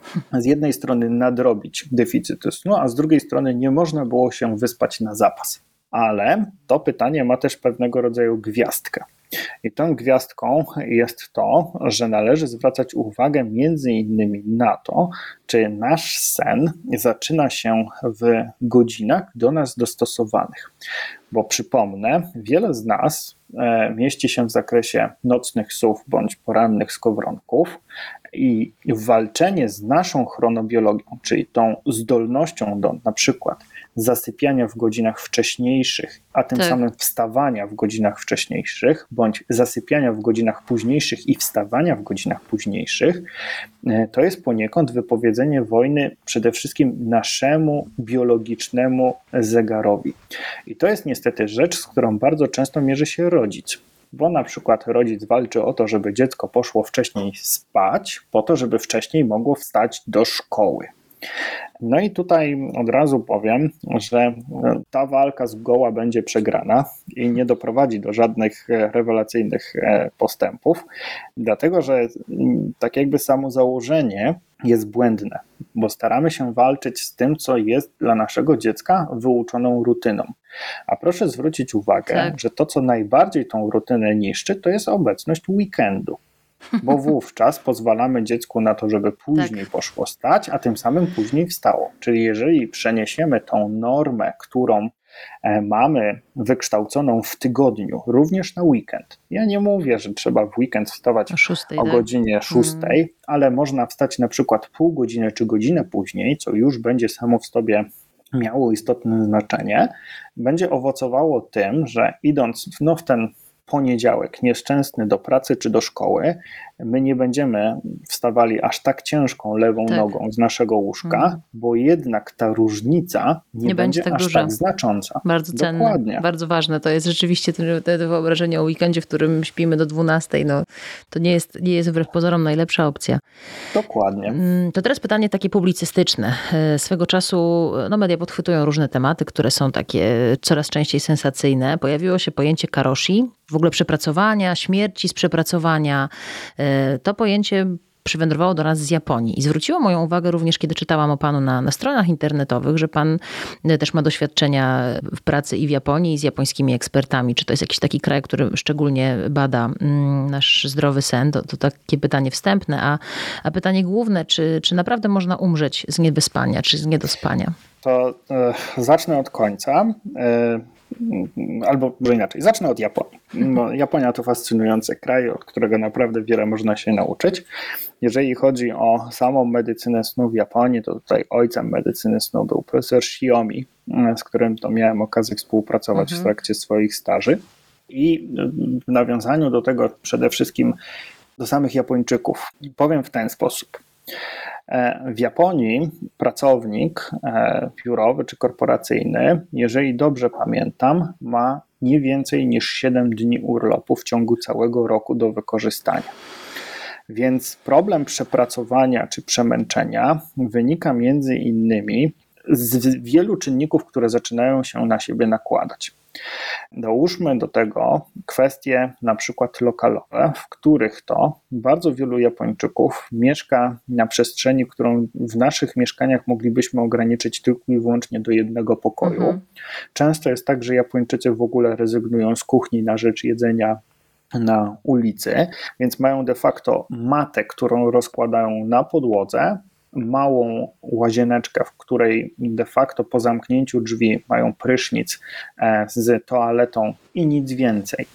z jednej strony nadrobić deficytu snu, a z drugiej strony nie można było się wyspać na zapas. Ale to pytanie ma też pewnego rodzaju gwiazdkę. I tą gwiazdką jest to, że należy zwracać uwagę między innymi na to, czy nasz sen zaczyna się w godzinach do nas dostosowanych. Bo przypomnę, wiele z nas mieści się w zakresie nocnych sów bądź porannych skowronków i walczenie z naszą chronobiologią, czyli tą zdolnością do na przykład zasypiania w godzinach wcześniejszych, a tym tak. samym wstawania w godzinach wcześniejszych, bądź zasypiania w godzinach późniejszych i wstawania w godzinach późniejszych, to jest poniekąd wypowiedzenie wojny przede wszystkim naszemu biologicznemu zegarowi. I to jest niestety rzecz, z którą bardzo często mierzy się rodzic. Bo na przykład rodzic walczy o to, żeby dziecko poszło wcześniej spać, po to, żeby wcześniej mogło wstać do szkoły. No i tutaj od razu powiem, że ta walka zgoła będzie przegrana i nie doprowadzi do żadnych rewelacyjnych postępów, dlatego że tak jakby samo założenie jest błędne, bo staramy się walczyć z tym, co jest dla naszego dziecka wyuczoną rutyną. A proszę zwrócić uwagę, tak. że to, co najbardziej tą rutynę niszczy, to jest obecność weekendu. Bo wówczas pozwalamy dziecku na to, żeby później tak. poszło stać, a tym samym później wstało. Czyli jeżeli przeniesiemy tą normę, którą mamy wykształconą w tygodniu, również na weekend. Ja nie mówię, że trzeba w weekend wstawać o, szóstej, o godzinie szóstej, hmm. ale można wstać na przykład pół godziny czy godzinę później, co już będzie samo w sobie miało istotne znaczenie, będzie owocowało tym, że idąc no, w ten poniedziałek nieszczęsny do pracy czy do szkoły, my nie będziemy wstawali aż tak ciężką lewą tak. nogą z naszego łóżka, mhm. bo jednak ta różnica nie, nie będzie, będzie tak aż duża. tak znacząca. Bardzo cenne, Dokładnie. bardzo ważne. To jest rzeczywiście to, to wyobrażenie o weekendzie, w którym śpimy do dwunastej. No, to nie jest, nie jest wbrew pozorom najlepsza opcja. Dokładnie. To teraz pytanie takie publicystyczne. Swego czasu no, media podchwytują różne tematy, które są takie coraz częściej sensacyjne. Pojawiło się pojęcie karoshi, w ogóle przepracowania, śmierci z przepracowania. To pojęcie przywędrowało do nas z Japonii i zwróciło moją uwagę również, kiedy czytałam o panu na, na stronach internetowych, że pan też ma doświadczenia w pracy i w Japonii, i z japońskimi ekspertami. Czy to jest jakiś taki kraj, który szczególnie bada nasz zdrowy sen? To, to takie pytanie wstępne, a, a pytanie główne, czy, czy naprawdę można umrzeć z niewyspania, czy z niedospania? To e, zacznę od końca. E, Albo może inaczej, zacznę od Japonii. No, Japonia to fascynujący kraj, od którego naprawdę wiele można się nauczyć. Jeżeli chodzi o samą medycynę snu w Japonii, to tutaj ojcem medycyny snu był profesor Shiomi, z którym to miałem okazję współpracować mhm. w trakcie swoich staży. I w nawiązaniu do tego przede wszystkim do samych Japończyków powiem w ten sposób. W Japonii pracownik biurowy czy korporacyjny, jeżeli dobrze pamiętam, ma nie więcej niż siedem dni urlopu w ciągu całego roku do wykorzystania. Więc problem przepracowania czy przemęczenia wynika między innymi z wielu czynników, które zaczynają się na siebie nakładać. Dołóżmy do tego kwestie na przykład lokalowe, w których to bardzo wielu Japończyków mieszka na przestrzeni, którą w naszych mieszkaniach moglibyśmy ograniczyć tylko i wyłącznie do jednego pokoju. Mhm. Często jest tak, że Japończycy w ogóle rezygnują z kuchni na rzecz jedzenia na ulicy, więc mają de facto matę, którą rozkładają na podłodze, małą łazieneczkę, w której de facto po zamknięciu drzwi mają prysznic z toaletą i nic więcej.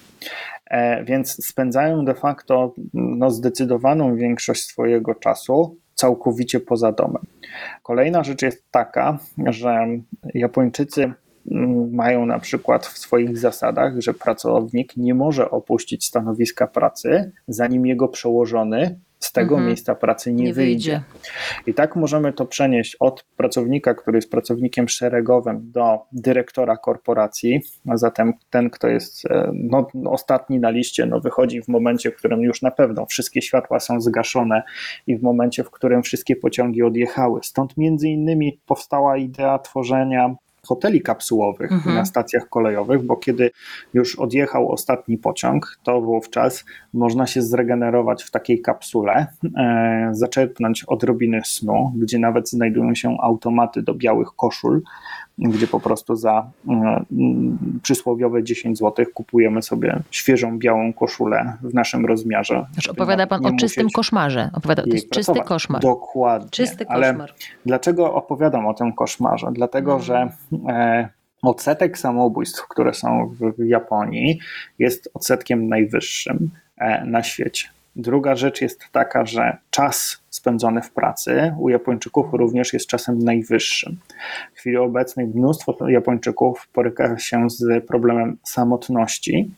Więc spędzają de facto no, zdecydowaną większość swojego czasu całkowicie poza domem. Kolejna rzecz jest taka, że Japończycy mają na przykład w swoich zasadach, że pracownik nie może opuścić stanowiska pracy, zanim jego przełożony z tego mhm. miejsca pracy nie, nie wyjdzie. wyjdzie. I tak możemy to przenieść od pracownika, który jest pracownikiem szeregowym, do dyrektora korporacji, a zatem ten, kto jest no, ostatni na liście, no, wychodzi w momencie, w którym już na pewno wszystkie światła są zgaszone i w momencie, w którym wszystkie pociągi odjechały. Stąd między innymi powstała idea tworzenia hoteli kapsułowych mhm. na stacjach kolejowych, bo kiedy już odjechał ostatni pociąg, to wówczas można się zregenerować w takiej kapsule, e, zaczerpnąć odrobiny snu, gdzie nawet znajdują się automaty do białych koszul, gdzie po prostu za e, przysłowiowe dziesięć złotych kupujemy sobie świeżą białą koszulę w naszym rozmiarze. Znaczy, opowiada pan o czystym koszmarze. Opowiada, to jest czysty koszmar. Dokładnie. Czysty koszmar. Ale dlaczego opowiadam o tym koszmarze? Dlatego, hmm. że e, odsetek samobójstw, które są w, w Japonii, jest odsetkiem najwyższym e, na świecie. Druga rzecz jest taka, że czas spędzony w pracy u Japończyków również jest czasem najwyższym. W chwili obecnej mnóstwo Japończyków boryka się z problemem samotności,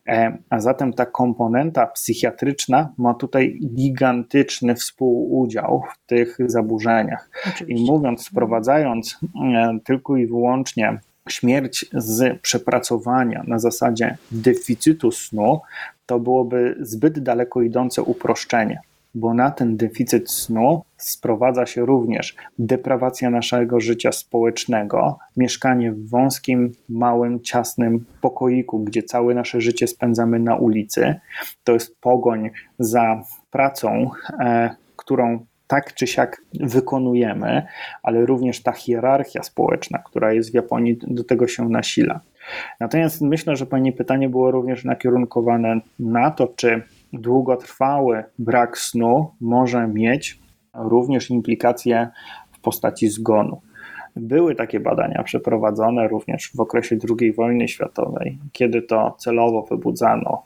a zatem ta komponenta psychiatryczna ma tutaj gigantyczny współudział w tych zaburzeniach. Oczywiście. I mówiąc, sprowadzając tylko i wyłącznie śmierć z przepracowania na zasadzie deficytu snu, to byłoby zbyt daleko idące uproszczenie, bo na ten deficyt snu sprowadza się również deprawacja naszego życia społecznego, mieszkanie w wąskim, małym, ciasnym pokoiku, gdzie całe nasze życie spędzamy na ulicy. To jest pogoń za pracą, e, którą tak czy siak wykonujemy, ale również ta hierarchia społeczna, która jest w Japonii, do tego się nasila. Natomiast myślę, że Pani pytanie było również nakierunkowane na to, czy długotrwały brak snu może mieć również implikacje w postaci zgonu. Były takie badania przeprowadzone również w okresie drugiej wojny światowej, kiedy to celowo wybudzano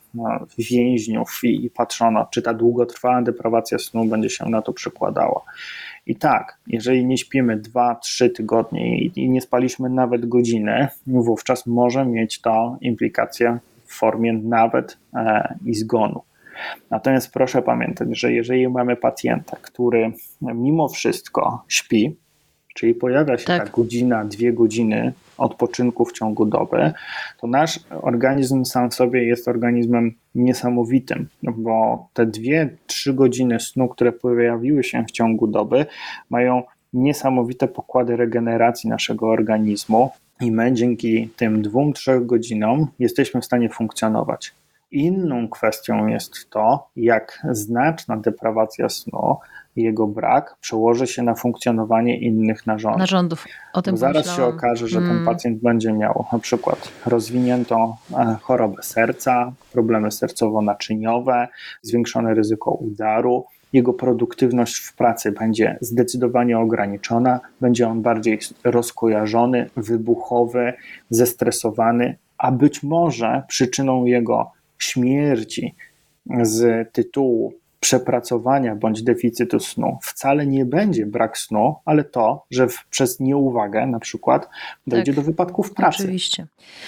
więźniów i patrzono, czy ta długotrwała deprawacja snu będzie się na to przekładała. I tak, jeżeli nie śpimy dwa trzy tygodnie i nie spaliśmy nawet godziny, wówczas może mieć to implikacje w formie nawet e, i zgonu. Natomiast proszę pamiętać, że jeżeli mamy pacjenta, który mimo wszystko śpi, czyli pojawia się Tak. ta godzina, dwie godziny odpoczynku w ciągu doby, to nasz organizm sam w sobie jest organizmem niesamowitym, bo te dwie, trzy godziny snu, które pojawiły się w ciągu doby, mają niesamowite pokłady regeneracji naszego organizmu i my dzięki tym dwóm, trzech godzinom jesteśmy w stanie funkcjonować. Inną kwestią jest to, jak znaczna deprawacja snu i jego brak przełoży się na funkcjonowanie innych narządów. Narządów. O tym Bo zaraz pomyślałam. się okaże, że Mm. ten pacjent będzie miał na przykład rozwiniętą chorobę serca, problemy sercowo-naczyniowe, zwiększone ryzyko udaru. Jego produktywność w pracy będzie zdecydowanie ograniczona, będzie on bardziej rozkojarzony, wybuchowy, zestresowany, a być może przyczyną jego śmierci z tytułu przepracowania bądź deficytu snu wcale nie będzie brak snu, ale to, że w, przez nieuwagę na przykład dojdzie Tak, do wypadków w pracy. Oczywiście.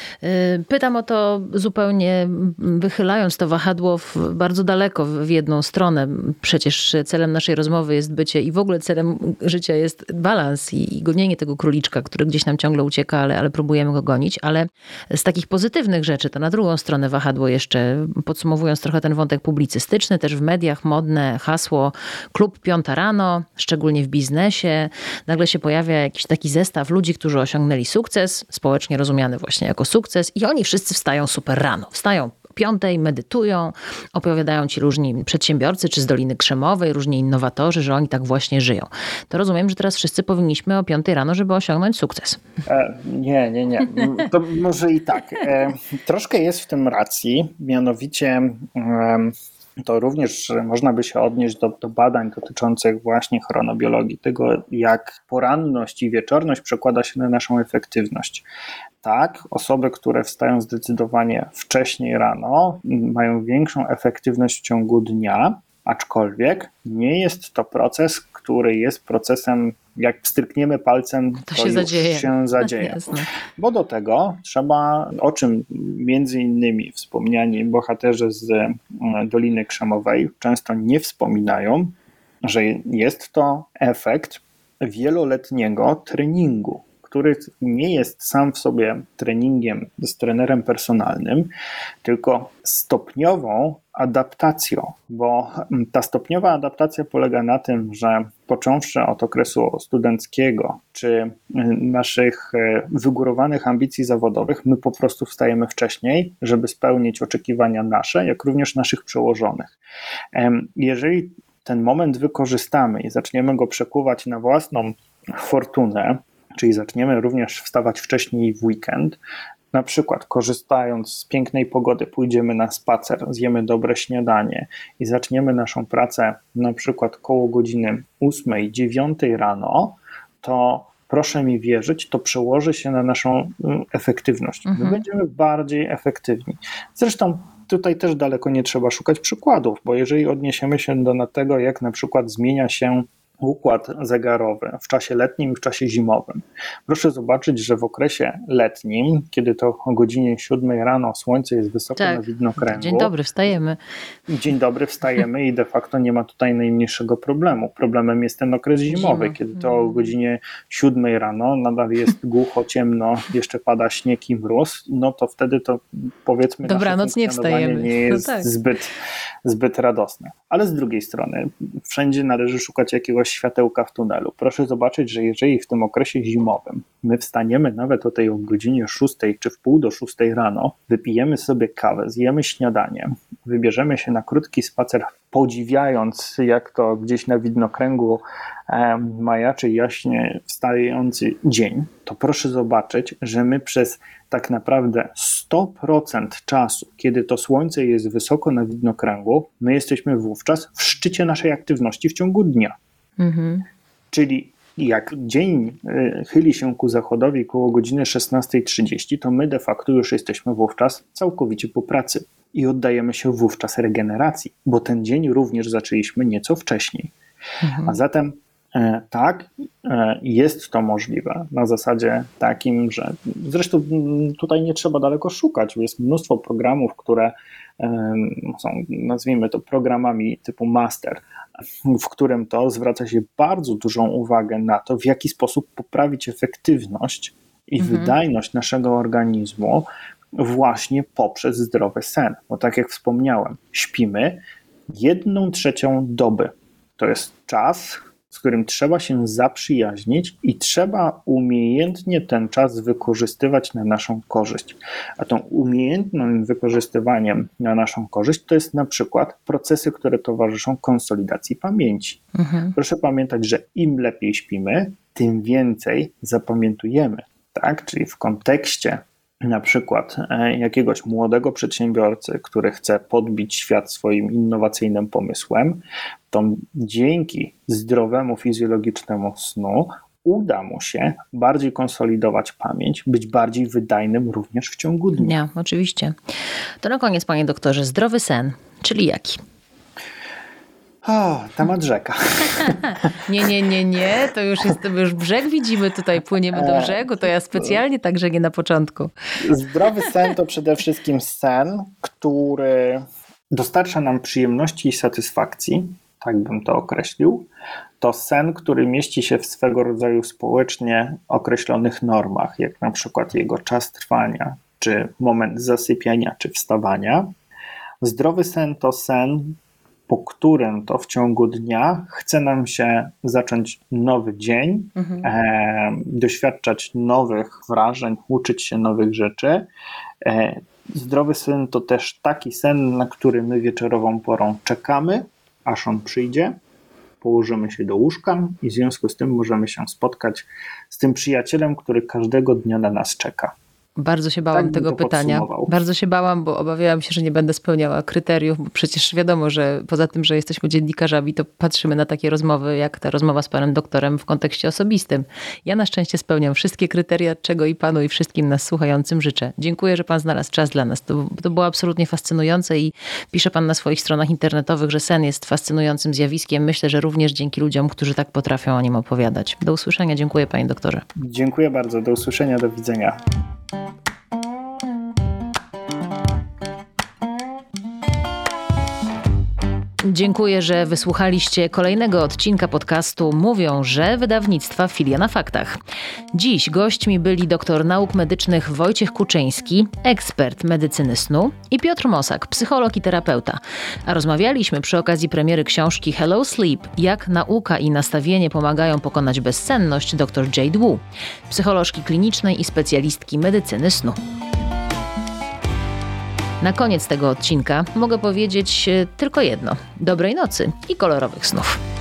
Pytam o to zupełnie wychylając to wahadło w bardzo daleko w jedną stronę. Przecież celem naszej rozmowy jest bycie i w ogóle celem życia jest balans i, i gonienie tego króliczka, który gdzieś nam ciągle ucieka, ale, ale próbujemy go gonić. Ale z takich pozytywnych rzeczy, to na drugą stronę wahadło jeszcze, podsumowując trochę ten wątek publicystyczny, też w mediach modne hasło klub piąta rano, szczególnie w biznesie. Nagle się pojawia jakiś taki zestaw ludzi, którzy osiągnęli sukces, społecznie rozumiany właśnie jako sukces i oni wszyscy wstają super rano. Wstają o piątej, medytują, opowiadają ci różni przedsiębiorcy, czy z Doliny Krzemowej, różni innowatorzy, że oni tak właśnie żyją. To rozumiem, że teraz wszyscy powinniśmy o piątej rano, żeby osiągnąć sukces. E, nie, nie, nie. To może i tak. E, troszkę jest w tym racji, mianowicie e, to również można by się odnieść do, do badań dotyczących właśnie chronobiologii, tego jak poranność i wieczorność przekłada się na naszą efektywność. Tak, osoby, które wstają zdecydowanie wcześniej rano, mają większą efektywność w ciągu dnia, aczkolwiek nie jest to proces, który jest procesem, jak strykniemy palcem, To to, się już zadzieje. się zadzieje. Jasne. Bo do tego trzeba, o czym między innymi wspomniani bohaterzy z Doliny Krzemowej często nie wspominają, że jest to efekt wieloletniego treningu, który nie jest sam w sobie treningiem z trenerem personalnym, tylko stopniową adaptacją, bo ta stopniowa adaptacja polega na tym, że począwszy od okresu studenckiego czy naszych wygórowanych ambicji zawodowych, my po prostu wstajemy wcześniej, żeby spełnić oczekiwania nasze, jak również naszych przełożonych. Jeżeli ten moment wykorzystamy i zaczniemy go przekuwać na własną fortunę, czyli zaczniemy również wstawać wcześniej w weekend, na przykład korzystając z pięknej pogody, pójdziemy na spacer, zjemy dobre śniadanie i zaczniemy naszą pracę na przykład koło godziny ósmej, dziewiątej rano, to proszę mi wierzyć, to przełoży się na naszą efektywność. My Mhm. będziemy bardziej efektywni. Zresztą tutaj też daleko nie trzeba szukać przykładów, bo jeżeli odniesiemy się do tego, jak na przykład zmienia się układ zegarowy w czasie letnim i w czasie zimowym. Proszę zobaczyć, że w okresie letnim, kiedy to o godzinie siódmej rano słońce jest wysoko Tak. na widnokręgu. Dzień dobry, wstajemy. Dzień dobry, wstajemy i de facto nie ma tutaj najmniejszego problemu. Problemem jest ten okres zimowy, Zima. kiedy to o godzinie siódmej rano nadal jest głucho, ciemno, jeszcze pada śnieg i mróz, no to wtedy to powiedzmy Dobranoc, nasze nie funkcjonowanie wstajemy. nie jest No tak. zbyt, zbyt radosne. Ale z drugiej strony wszędzie należy szukać jakiegoś światełka w tunelu. Proszę zobaczyć, że jeżeli w tym okresie zimowym my wstaniemy nawet o tej o godzinie szóstej czy w pół do szóstej rano, wypijemy sobie kawę, zjemy śniadanie, wybierzemy się na krótki spacer, podziwiając jak to gdzieś na widnokręgu e, majaczy jaśnie wstający dzień, to proszę zobaczyć, że my przez tak naprawdę sto procent czasu, kiedy to słońce jest wysoko na widnokręgu, my jesteśmy wówczas w szczycie naszej aktywności w ciągu dnia. Mhm. Czyli jak dzień chyli się ku zachodowi koło godziny szesnastej trzydzieści, to my de facto już jesteśmy wówczas całkowicie po pracy i oddajemy się wówczas regeneracji, bo ten dzień również zaczęliśmy nieco wcześniej. Mhm. A zatem e, tak, e, jest to możliwe na zasadzie takim, że zresztą tutaj nie trzeba daleko szukać, jest mnóstwo programów, które są, nazwijmy to, programami typu master, w którym to zwraca się bardzo dużą uwagę na to, w jaki sposób poprawić efektywność i mhm. wydajność naszego organizmu właśnie poprzez zdrowy sen. Bo tak jak wspomniałem, śpimy jedną trzecią doby. To jest czas, z którym trzeba się zaprzyjaźnić i trzeba umiejętnie ten czas wykorzystywać na naszą korzyść. A tą umiejętnym wykorzystywaniem na naszą korzyść to jest na przykład procesy, które towarzyszą konsolidacji pamięci. Mhm. Proszę pamiętać, że im lepiej śpimy, tym więcej zapamiętujemy. Tak? Czyli w kontekście na przykład jakiegoś młodego przedsiębiorcy, który chce podbić świat swoim innowacyjnym pomysłem, to dzięki zdrowemu fizjologicznemu snu uda mu się bardziej konsolidować pamięć, być bardziej wydajnym również w ciągu dnia. Ja, oczywiście. To na koniec, panie doktorze, zdrowy sen, czyli jaki? O, temat rzeka. Nie, nie, nie, nie, to już jest, to już brzeg widzimy, tutaj płyniemy do brzegu, to ja specjalnie także nie na początku. Zdrowy sen to przede wszystkim sen, który dostarcza nam przyjemności i satysfakcji, tak bym to określił. To sen, który mieści się w swego rodzaju społecznie określonych normach, jak na przykład jego czas trwania, czy moment zasypiania, czy wstawania. Zdrowy sen to sen, po którym to w ciągu dnia chce nam się zacząć nowy dzień, mhm. e, doświadczać nowych wrażeń, uczyć się nowych rzeczy. E, zdrowy sen to też taki sen, na który my wieczorową porą czekamy, aż on przyjdzie, położymy się do łóżka i w związku z tym możemy się spotkać z tym przyjacielem, który każdego dnia na nas czeka. Bardzo się bałam tak tego pytania. Bardzo się bałam, bo obawiałam się, że nie będę spełniała kryteriów, bo przecież wiadomo, że poza tym, że jesteśmy dziennikarzami, to patrzymy na takie rozmowy, jak ta rozmowa z panem doktorem w kontekście osobistym. Ja na szczęście spełniam wszystkie kryteria, czego i panu i wszystkim nas słuchającym życzę. Dziękuję, że pan znalazł czas dla nas. To, to było absolutnie fascynujące i pisze pan na swoich stronach internetowych, że sen jest fascynującym zjawiskiem. Myślę, że również dzięki ludziom, którzy tak potrafią o nim opowiadać. Do usłyszenia. Dziękuję, panie doktorze. Dziękuję bardzo. Do usłyszenia. Do widzenia. Dziękuję, że wysłuchaliście kolejnego odcinka podcastu Mówią, że wydawnictwa Filia na Faktach. Dziś gośćmi byli doktor nauk medycznych Wojciech Kuczyński, ekspert medycyny snu, i Piotr Mosak, psycholog i terapeuta. A rozmawialiśmy przy okazji premiery książki Hello Sleep, jak nauka i nastawienie pomagają pokonać bezsenność, dr Jade Wu, psycholożki klinicznej i specjalistki medycyny snu. Na koniec tego odcinka mogę powiedzieć tylko jedno. Dobrej nocy i kolorowych snów.